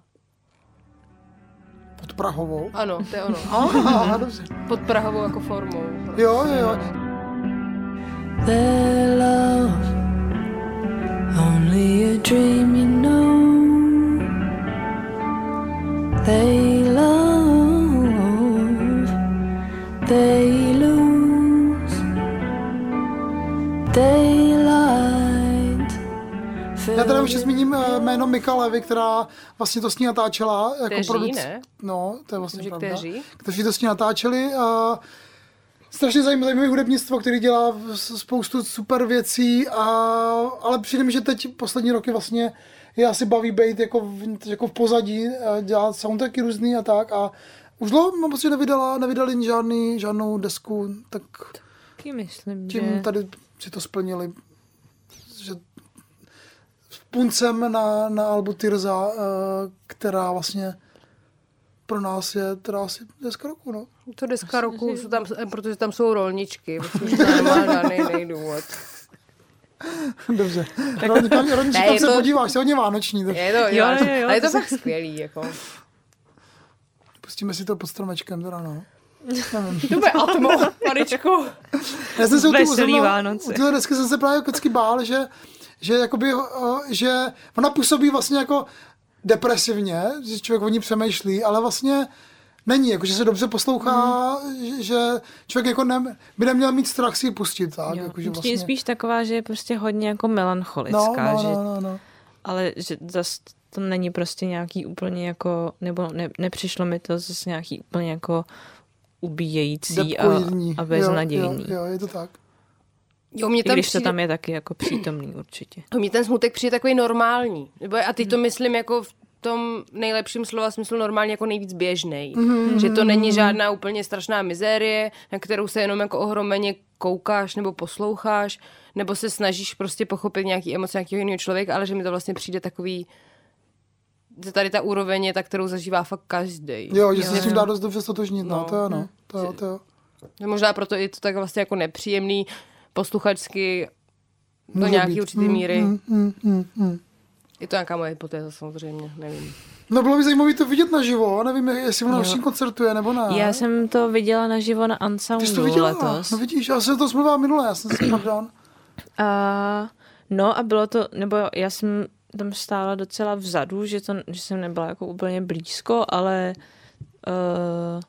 Pod Prahovou. Ano, to je ono. Aha, dobře. Pod Prahovou jako formou. Jo, jo, jo. Their love, only a dream, you know. They love, they lose, daylight. Já teda ještě zmíním eh, jméno Mika Levy, která vlastně to s ní natáčela. Jako Kteří, produc- ne? No, to je vlastně Že pravda. kteří? Kteří to s ní natáčeli. A strašně zajímavé, zajímavé hudebnictvo, který dělá s- spoustu super věcí, a, ale přijde mi, že teď poslední roky vlastně je asi baví být jako v, jako v pozadí, a dělat soundtracky různý a tak. A už dlouho mám pocit, že nevydala, nevydali žádný, žádnou desku, tak Taky myslím, tím že... tady si to splnili. Že s puncem na, na albu Tyrza, eh, která vlastně pro nás je teda asi deska roku, no. To deska roku, jsou tam, protože tam jsou rolničky, myslím, že to nemá žádný jiný důvod. Dobře. Rodník, rodník, Ne, tam je se to- podíváš, se hodně vánoční. Tak Je to, jo, Jo, jo, jo, jo, ale je to to fakt skvělý, jako. pustíme si to pod stromečkem, teda no. Nevím. To bude atmo, Maričku. Já jsem se u té- Veselý zrovna Vánoce. u téhle desky jsem se právě vždycky bál, že, že, jakoby, o, že ona působí vlastně jako depresivně, že člověk o ní přemýšlí, ale vlastně není, jako, že se dobře poslouchá, mm. že člověk jako ne, by neměl mít strach si ji pustit. Tak, Jo, jako, že vlastně... vlastně, spíš taková, že je prostě hodně jako no, melancholická, no, že, no, no, no. ale že zase to není prostě nějaký úplně jako, nebo ne, nepřišlo mi to zase nějaký úplně jako ubíjející a, Depkoidní. a beznadějný. Jo, jo, jo, je to tak. Jo, mě I tam když přijde, to tam je taky jako přítomný určitě. mně ten smutek přijde takový normální. Nebo, a teď to myslím jako v tom nejlepším slova smyslu normálně jako nejvíc běžnej. Mm-hmm. Že to není žádná úplně strašná mizérie, na kterou se jenom jako ohromeně koukáš nebo posloucháš, nebo se snažíš prostě pochopit nějaký emoce nějakého jiného člověka, ale že mi to vlastně přijde takový, že tady ta úroveň je ta, kterou zažívá fakt každý. Jo, že se s tím dá dost dobře stotožnit, no, No. to jo, no, to jo, to jo. Možná proto je to tak vlastně jako nepříjemný posluchačsky do Může nějaký být. určitý Mm, míry. mm, mm, mm, mm. Je to nějaká moje hypotéza samozřejmě, nevím. No bylo by zajímavé to vidět naživo, nevím, jestli ona už koncertuje nebo ne. Já jsem to viděla naživo na Unsoundu Ty jsi to viděla? letos. No vidíš, já jsem to smluvila minule, já jsem si pardon. A, no a bylo to, nebo já jsem tam stála docela vzadu, že, to, že jsem nebyla jako úplně blízko, ale uh,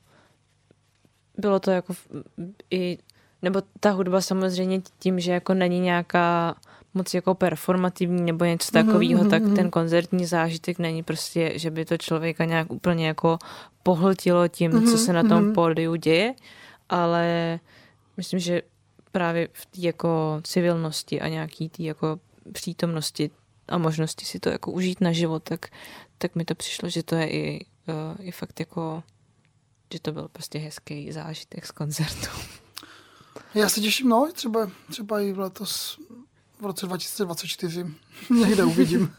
bylo to jako v- i, nebo ta hudba samozřejmě tím, že jako není nějaká moc jako performativní nebo něco takového, mm, tak mm, ten koncertní zážitek není prostě, že by to člověka nějak úplně jako pohltilo tím, mm, co se na tom mm. pódiu děje, ale myslím, že právě v té jako civilnosti a nějaký té jako přítomnosti a možnosti si to jako užít na život, tak, tak mi to přišlo, že to je i, uh, i fakt jako, že to byl prostě hezký zážitek z koncertu. Já se těším, no, třeba, třeba i v letos, v roce dva tisíce dvacet čtyři, někde uvidím.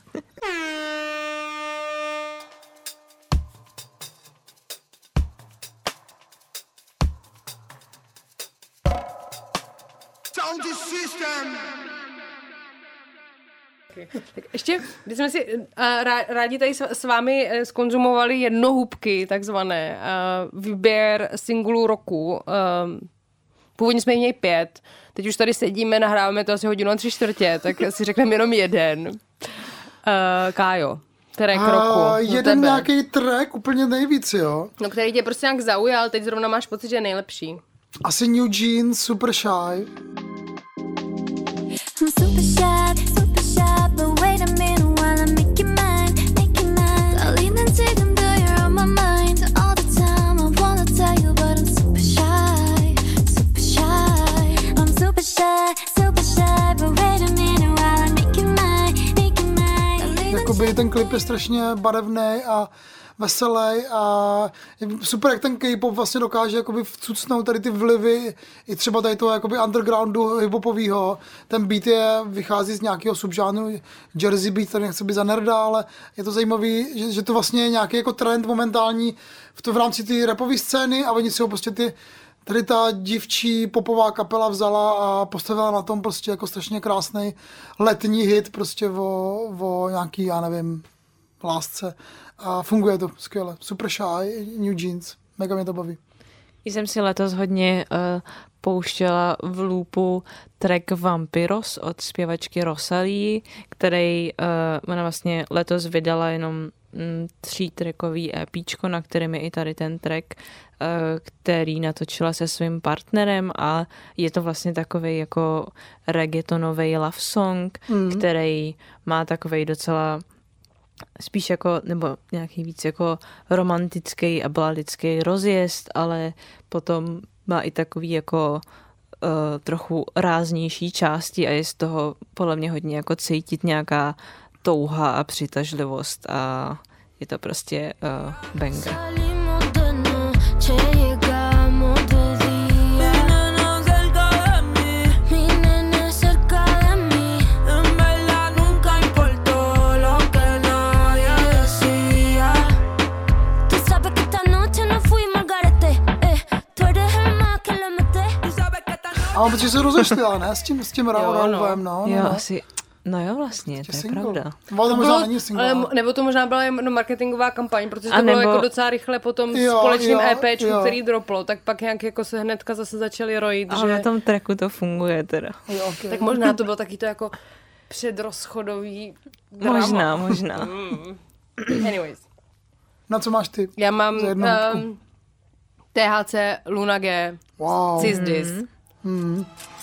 Sound system. Tak ještě, když jsme si uh, rá, rádi tady s, s vámi uh, skonzumovali jednohubky, takzvané, uh, výběr singlu roku. Uh, původně jsme měli pět, teď už tady sedíme, nahráváme to asi hodinu a tři čtvrtě, tak si řekneme jenom jeden. Uh, Kájo, track roku. A za jeden tebe. nějaký track úplně nejvíc, jo. No, který tě prostě nějak zaujal, teď zrovna máš pocit, že je nejlepší. Asi New Jeans, Super Shy. I'm super shy, super shy, but wait a minute while I make you mine, make you mine. Darling, and take them though you're on my mind all the time. I wanna tell you, but I'm super shy, super shy. I'm super shy, super shy, but wait a minute while I make you mine, make you mine. Jakoby ten klip je strašně barevný a veselý a je super, jak ten K-pop vlastně dokáže jakoby vcucnout tady ty vlivy i třeba tady toho jakoby undergroundu hiphopovýho. Ten beat je, vychází z nějakého subžánru Jersey beat, tady nechci být za nerda, ale je to zajímavý, že, že to vlastně je nějaký jako trend momentální v, to v rámci ty rapové scény a oni si ho prostě ty tady ta dívčí popová kapela vzala a postavila na tom prostě jako strašně krásný letní hit prostě o, o nějaký, já nevím, lásce. A funguje to skvěle. Super Shy, New Jeans. Mega mě to baví. Jsem si letos hodně uh, pouštěla v loopu track Vampiros od zpěvačky Rosalie, který uh, ona vlastně letos vydala jenom mm, třítrackový EPčko, na kterém je i tady ten track, uh, který natočila se svým partnerem a je to vlastně takovej jako reggaetonový love song, mm. který má takovej docela spíš jako, nebo nějaký víc jako romantický a baladický rozjezd, ale potom má i takový jako uh, trochu ráznější části a je z toho podle mě hodně jako cítit nějaká touha a přitažlivost a je to prostě uh, banger. A mám pocit, že se rozešli, ale ne? S tím, s tím Raulem, no. no. Jo, no. asi, no jo, vlastně, to je single. pravda. To možná není single. Ale, nebo to možná byla jen marketingová kampaň, protože to a bylo nebo... jako docela rychle po tom jo, společným jo, EPčku, jo. který droplo, tak pak nějak jako se hnedka zase začali rojit, Ale že... na tom tracku to funguje teda. Jo, okay. Tak možná to bylo taky to jako předrozchodový drama. Možná, možná. Anyways. Na co máš ty? Já mám Za jednu um, T H C, Luna G, Wow. Cisdis. Mm.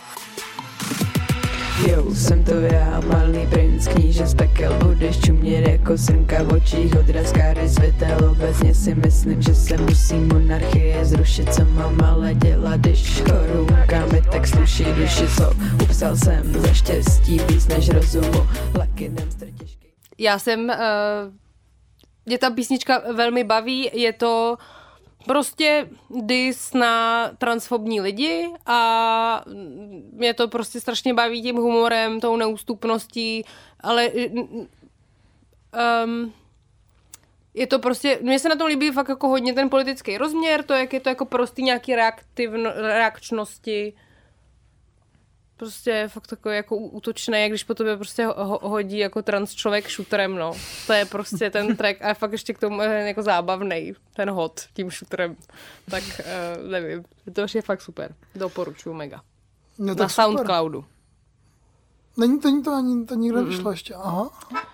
Jo, jsem to já, malý princ, kníže z pekel, budeš čumět jako srnka v očích, odraz káry světel, obecně si myslím, že se musí monarchie zrušit, co mám ale dělat, když chorůmka mi tak sluší duši, co upsal jsem za štěstí víc než rozumu, laky nemstr těžký. Já jsem, uh, mě ta písnička velmi baví, je to prostě dis na transfobní lidi a mě to prostě strašně baví tím humorem, tou neústupností, ale um, je to prostě, mně se na tom líbí fakt jako hodně ten politický rozměr, to jak je to jako prostý nějaký reaktivno, reakčnosti, prostě fakt takový jako útočný, jak když po tobě prostě ho, hodí jako trans člověk šutrem, no. To je prostě ten track a fakt ještě k tomu je jako zábavnej, ten hod tím šutrem. Tak uh, nevím, to už je fakt super. Doporučuju mega. No, na Soundcloudu. Není to, není to ani to nikde mm-hmm. vyšlo ještě, aha.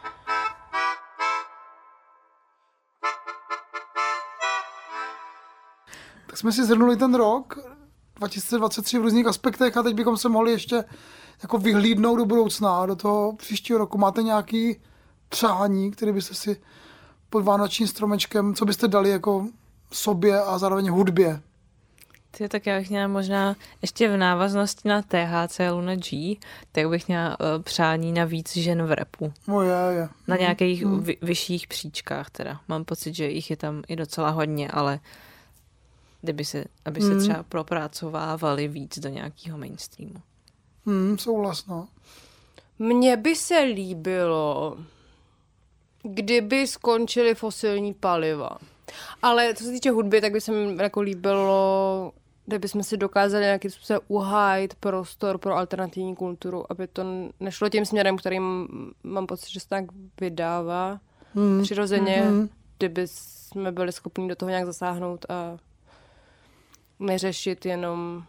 Tak jsme si zhrnuli ten rok dva tisíce dvacet tři v různých aspektech a teď bychom se mohli ještě jako vyhlídnout do budoucna, do toho příštího roku. Máte nějaký přání, který byste si pod vánočním stromečkem, co byste dali jako sobě a zároveň hudbě? Ty, tak já bych měla možná ještě v návaznosti na T H C Luna G, tak bych měla uh, přání na víc žen v rapu. No je, je. Na nějakých mm. vy, vyšších příčkách teda. Mám pocit, že jich je tam i docela hodně, ale kdyby se, aby se mm. třeba propracovávali víc do nějakého mainstreamu. Mm, souhlas, no. Mně by se líbilo, kdyby skončily fosilní paliva. Ale co se týče hudby, tak by se mi jako líbilo, kdyby jsme si dokázali nějakým způsobem uhájit prostor pro alternativní kulturu, aby to nešlo tím směrem, kterým mám pocit, že se tak vydává mm. přirozeně, mm. kdyby jsme byli schopni do toho nějak zasáhnout a neřešit jenom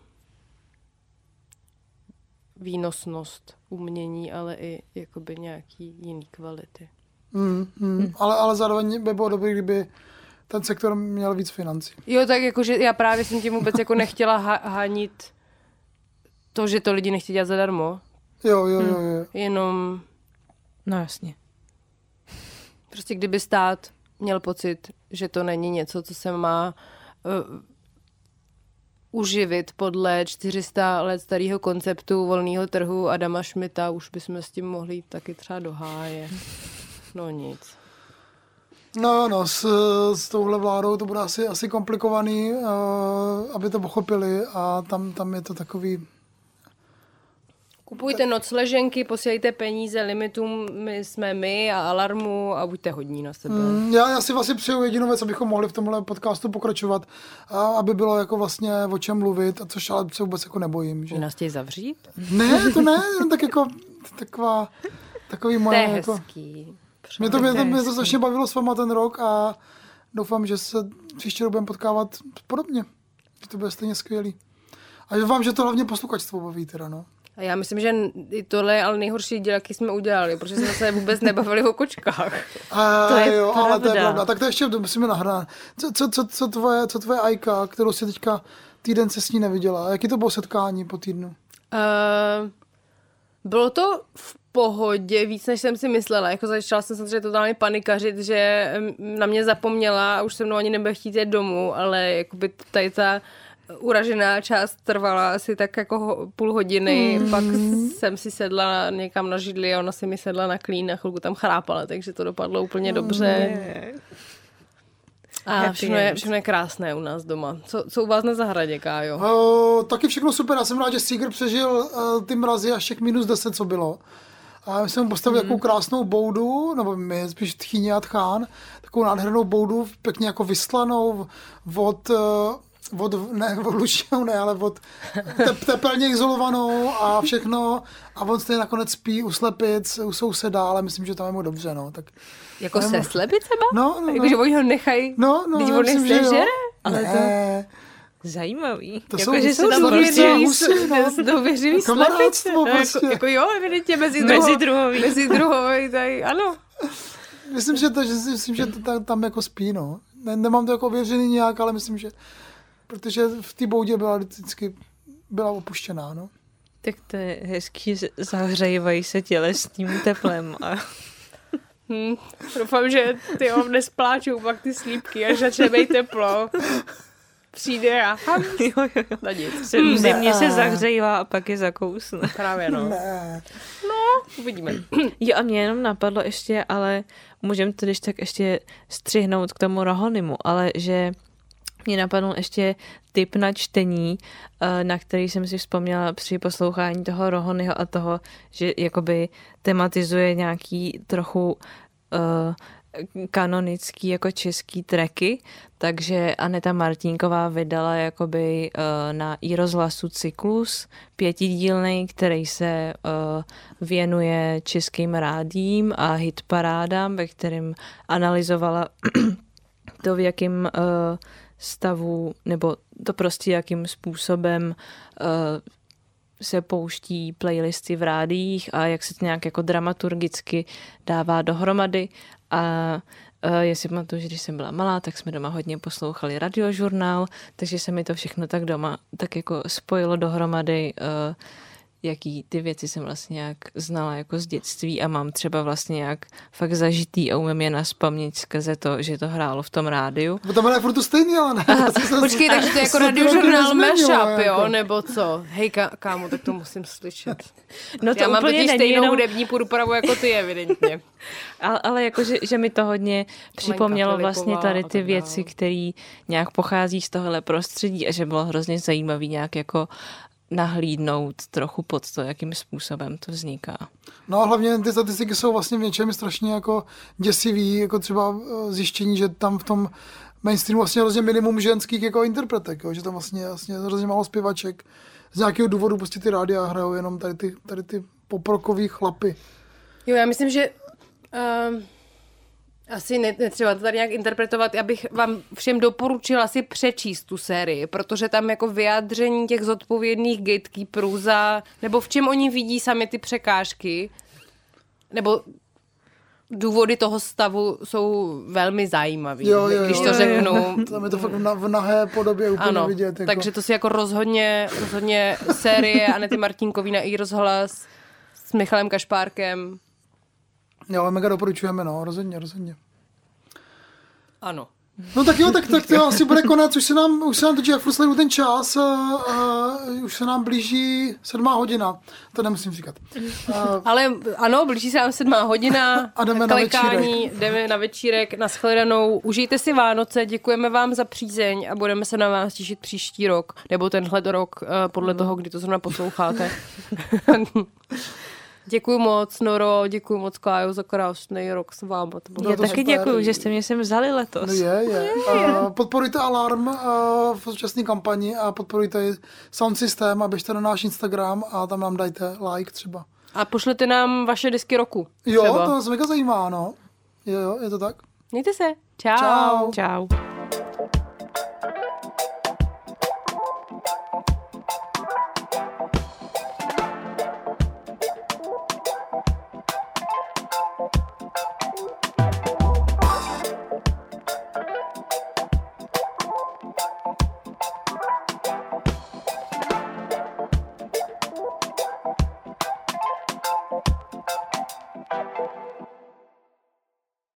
výnosnost umění, ale i jakoby nějaký jiný kvality. Mm, mm. Ale, ale zároveň by bylo dobré, kdyby ten sektor měl víc financí. Jo, tak jakože já právě jsem tím vůbec jako nechtěla ha- hanit to, že to lidi nechtějí dělat zadarmo. Jo, jo, jo, jo. Jenom... No jasně. Prostě kdyby stát měl pocit, že to není něco, co se má uh, uživit podle čtyři sta let starého konceptu volného trhu Adama Schmidta, už bychom s tím mohli jít taky třeba do háje. No nic. No, no, s, s touhle vládou to bude asi, asi komplikovaný, uh, aby to pochopili a tam, tam je to takový... Kupujte nocleženky, posílejte peníze limitům, my jsme my a Alarmu a buďte hodní na sebe. Mm, já, já si vlastně přeju jedinou věc, abychom mohli v tomhle podcastu pokračovat a aby bylo jako vlastně o čem mluvit, a což ale se vůbec jako nebojím. Že... Nás chtějí zavřít? Ne, to ne, tak jako taková, takový moje... To je jako... hezký. Mě to, mě, to, mě to strašně bavilo s váma ten rok a doufám, že se příště budeme potkávat podobně. Že to bude stejně skvělý. A doufám, že to hlavně posluchačstvo baví teda, no. A já myslím, že tohle je ale nejhorší díl, jaký jsme udělali, protože jsme se vůbec nebavili o kočkách. A, to je jo, pravda. ale to je pravda. Tak to ještě musíme nahrát. Co, co, co, co, tvoje, co tvoje Ajka, kterou si teďka týden se s ní neviděla? Jaký to bylo setkání po týdnu? Uh, bylo to v pohodě, víc než jsem si myslela. Jako začala jsem samozřejmě totálně panikařit, že na mě zapomněla a už se mnou ani nebude chtít jít domů, ale jakoby tady ta uražená část trvala asi tak jako půl hodiny, mm. pak jsem si sedla někam na židli a ona si mi sedla na klín a chvilku tam chrápala, takže to dopadlo úplně mm. dobře. A všechno je, všechno je krásné u nás doma. Co, co u vás na zahradě, Kájo? Uh, taky všechno super, já jsem rád, že Seeger přežil uh, ty mrazy až těch minus deset, co bylo. A my jsme mu postavili mm. takovou krásnou boudu, nebo my spíš Tchýně a Tchán, takovou nádhernou boudu, pěkně jako vyslanou od... Uh, od, ne, od lučnou, ne, ale od tep, tepelně izolovanou a všechno. A on stejně nakonec spí u slepic, u souseda, ale myslím, že tam je mu dobře, no. Tak, jako nevím, se slepicema? No, no, no. Jakože oni ho nechají? No, no, když já on myslím, že nežere? Ale ne. To... Zajímavý. To jako, jsou, že jsou tam důvěřivý, no. důvěřivý kamarádstvo no, prostě. jako, jako jo, evidentně mezi, mezi druhový. Mezi druhový, tady, ano. Myslím, že to, že, myslím, že to tam, tam jako spí, no. Ne, nemám to jako ověřený nějak, ale myslím, že protože v té boudě byla vždycky byla opuštěná, no. Tak to je hezký, zahřejvají se tělesným teplem. A... Hmm, doufám, že ty ho nespláčou pak ty slípky, až začne být teplo. Přijde a ham. Jo, jo, jo. No nic. V zimě se zahřejvá a pak je zakousne. Právě, no. Ne. No, uvidíme. Jo, a mě jenom napadlo ještě, ale můžeme to když tak ještě střihnout k tomu Rohonymu, ale že mě napadl ještě tip na čtení, na který jsem si vzpomněla při poslouchání toho Rohonyho a toho, že jakoby tematizuje nějaký trochu uh, kanonický jako český tracky, takže Aneta Martínková vydala jakoby uh, na iRozhlasu cyklus pětidílnej, který se uh, věnuje českým rádím a hitparádám, ve kterém analyzovala to, v jakém uh, stavu, nebo to prostě jakým způsobem uh, se pouští playlisty v rádiích a jak se to nějak jako dramaturgicky dává dohromady. A uh, jestli pamatuju, že když jsem byla malá, tak jsme doma hodně poslouchali radiožurnál, takže se mi to všechno tak doma tak jako spojilo dohromady, uh, jaký ty věci jsem vlastně nějak znala jako z dětství a mám třeba vlastně nějak fakt zažitý a umím je nazpamět skrze to, že to hrálo v tom rádiu. Bo tam je furt to stejný, ale ne. Počkej, takže to je jako radiožurnál Mashup, jo, nebo co? Hej, ká, kámo, tak to musím slyšet. No to Já mám úplně totiž není stejnou jenom... hudební průpravu jako ty, evidentně. ale, ale jako, že, že mi to hodně připomnělo vlastně tady ty věci, které nějak pochází z tohohle prostředí a že bylo hrozně zajímavý nějak jako nahlídnout trochu pod to, jakým způsobem to vzniká. No a hlavně ty statistiky jsou vlastně v něčem strašně jako děsivý, jako třeba zjištění, že tam v tom mainstreamu vlastně hrozně minimum ženských jako interpretek, jo? Že tam vlastně, vlastně hrozně málo zpěvaček. Z nějakého důvodu prostě ty rádia hrajou jenom tady ty, tady ty poprokový chlapy. Jo, já myslím, že uh, asi netřeba to tady nějak interpretovat. Já bych vám všem doporučila si přečíst tu sérii, protože tam jako vyjádření těch zodpovědných gatekeeperů za, nebo v čem oni vidí sami ty překážky, nebo důvody toho stavu jsou velmi zajímavý, Jo, jo, když jo. to Jo, řeknu. Tam je to fakt na, v nahé podobě úplně Ano, vidět. Jako. takže to si jako rozhodně, rozhodně série Anety Martinkový na iRozhlas s Michalem Kašpárkem. Jo, mega doporučujeme, no, rozhodně, rozhodně. Ano. No tak jo, tak, tak to asi bude konec, už se nám, už se nám točí, jak furt sleduju ten čas, uh, uh, už se nám blíží sedmá hodina, to nemusím říkat. Uh, Ale ano, blíží se nám sedmá hodina, A jdeme na klikání, jdeme na večírek, na shledanou, užijte si Vánoce, děkujeme vám za přízeň a budeme se na vás těšit příští rok, nebo tenhle rok, uh, podle toho, kdy to zrovna posloucháte. Děkuju moc, Noro, děkuju moc, Kájo, za krásný rok s váma. To bylo Já to taky super. děkuju, že jste mě sem vzali letos. No je, je. Uh, podporujte Alarm uh, v současné kampani a podporujte Sound System a běžte na náš Instagram a tam nám dajte like třeba. A pošlete nám vaše disky roku. Jo, třeba. to nás mega zajímá, no. Jo, jo, je to tak. Mějte se. Čau. Čau. Čau.